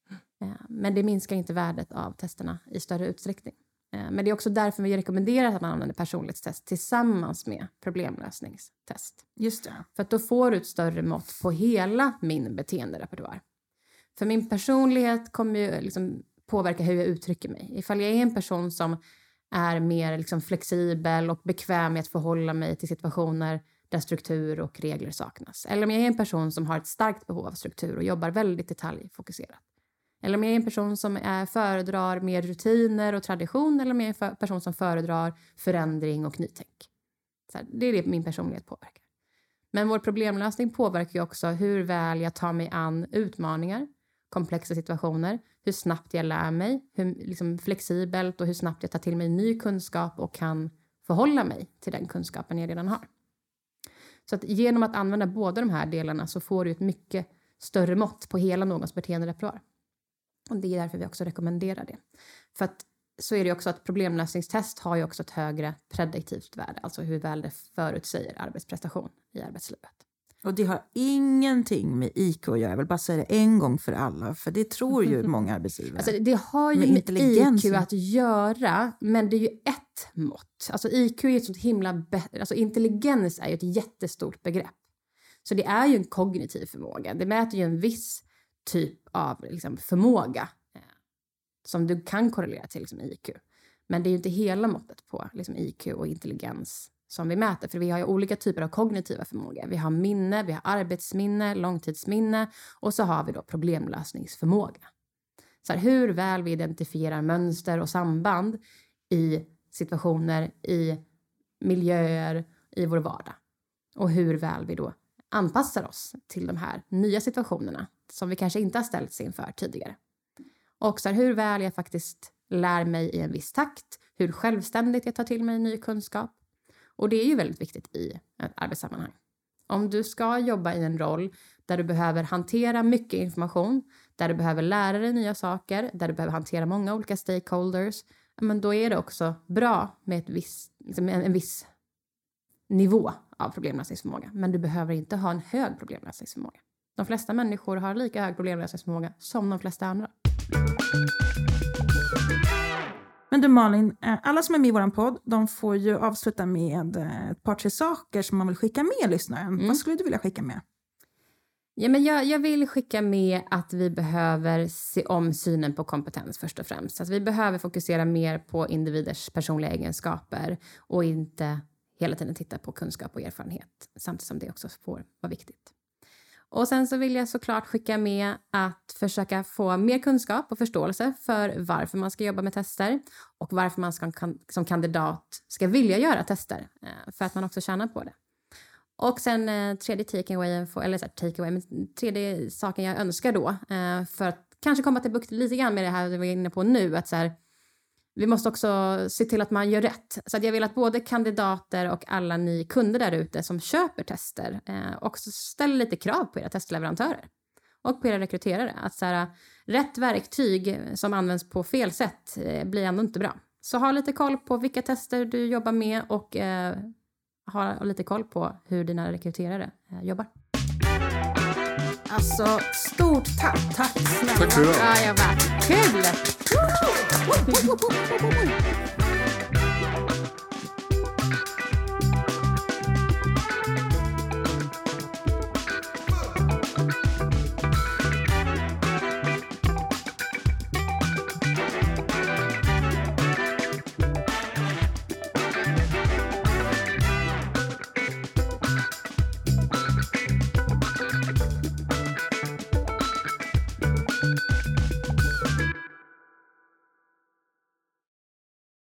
Men det minskar inte värdet av testerna i större utsträckning. Men det är också därför vi rekommenderar att man använder personlighetstest tillsammans med problemlösningstest. Just det. För att då får du ett större mått på hela min beteenderepertoar. För min personlighet kommer ju liksom påverka hur jag uttrycker mig. Ifall jag är en person som är mer liksom flexibel och bekväm med att förhålla mig till situationer där struktur och regler saknas. Eller om jag är en person som har ett starkt behov av struktur och jobbar väldigt detaljfokuserat. Eller om jag är en person som är, föredrar mer rutiner och tradition. Eller om jag är en person som föredrar förändring och nytänk. Så här, det är det min personlighet påverkar. Men vår problemlösning påverkar ju också hur väl jag tar mig an utmaningar, komplexa situationer, hur snabbt jag lär mig, hur liksom flexibelt och hur snabbt jag tar till mig ny kunskap och kan förhålla mig till den kunskapen jag redan har. Så att genom att använda båda de här delarna så får du ett mycket större mått på hela någons beteenderepertoar. Och det är därför vi också rekommenderar det. För att så är det också att problemlösningstest har ju också ett högre prediktivt värde. Alltså hur väl det förutsäger arbetsprestation i arbetslivet. Och det har ingenting med I Q att göra. Jag vill bara säga det en gång för alla. För det tror ju många arbetsgivare. Alltså det har ju med, med I Q att göra. Men det är ju ett mått. Alltså I Q är ett sånt himla... Be- alltså intelligens är ju ett jättestort begrepp. Så det är ju en kognitiv förmåga. Det mäter ju en viss typ av liksom, förmåga. Eh, som du kan korrelera till liksom, I Q. Men det är ju inte hela måttet på liksom, I Q och intelligens som vi mäter. För vi har ju olika typer av kognitiva förmågor. Vi har minne, vi har arbetsminne, långtidsminne. Och så har vi då problemlösningsförmåga. Så här, hur väl vi identifierar mönster och samband i situationer, i miljöer, i vår vardag. Och hur väl vi då anpassar oss till de här nya situationerna som vi kanske inte har ställts inför tidigare. Och så här, hur väl jag faktiskt lär mig i en viss takt. Hur självständigt jag tar till mig ny kunskap. Och det är ju väldigt viktigt i ett arbetssammanhang. Om du ska jobba i en roll där du behöver hantera mycket information, där du behöver lära dig nya saker, där du behöver hantera många olika stakeholders, men då är det också bra med ett viss, liksom en, en viss nivå av problemlösningsförmåga. Men du behöver inte ha en hög problemlösningsförmåga. De flesta människor har lika hög problemlösningsförmåga som de flesta andra. Men du Malin, alla som är med i vår podd, de får ju avsluta med ett par tre saker som man vill skicka med lyssnaren. Mm. Vad skulle du vilja skicka med? Ja, men jag, jag vill skicka med att vi behöver se om synen på kompetens först och främst. Att vi behöver fokusera mer på individers personliga egenskaper och inte hela tiden titta på kunskap och erfarenhet. Samtidigt som det också får vara viktigt. Och sen så vill jag såklart skicka med att försöka få mer kunskap och förståelse för varför man ska jobba med tester. Och varför man ska, som kandidat ska vilja göra tester. För att man också tjänar på det. Och sen eh, tredje takeaway, eller så här, takeaway, men tredje saken jag önskar då. Eh, för att kanske komma till bukt lite grann med det här vi var inne på nu. Att så här, vi måste också se till att man gör rätt. Så att jag vill att både kandidater och alla ni kunder där ute som köper tester eh, också ställer lite krav på era testleverantörer. Och på era rekryterare. Att så här, rätt verktyg som används på fel sätt eh, blir ändå inte bra. Så ha lite koll på vilka tester du jobbar med och eh, ha lite koll på hur dina rekryterare eh, jobbar. Alltså, stort tack. Tack snälla. Tack för det. Ja, jag var kul!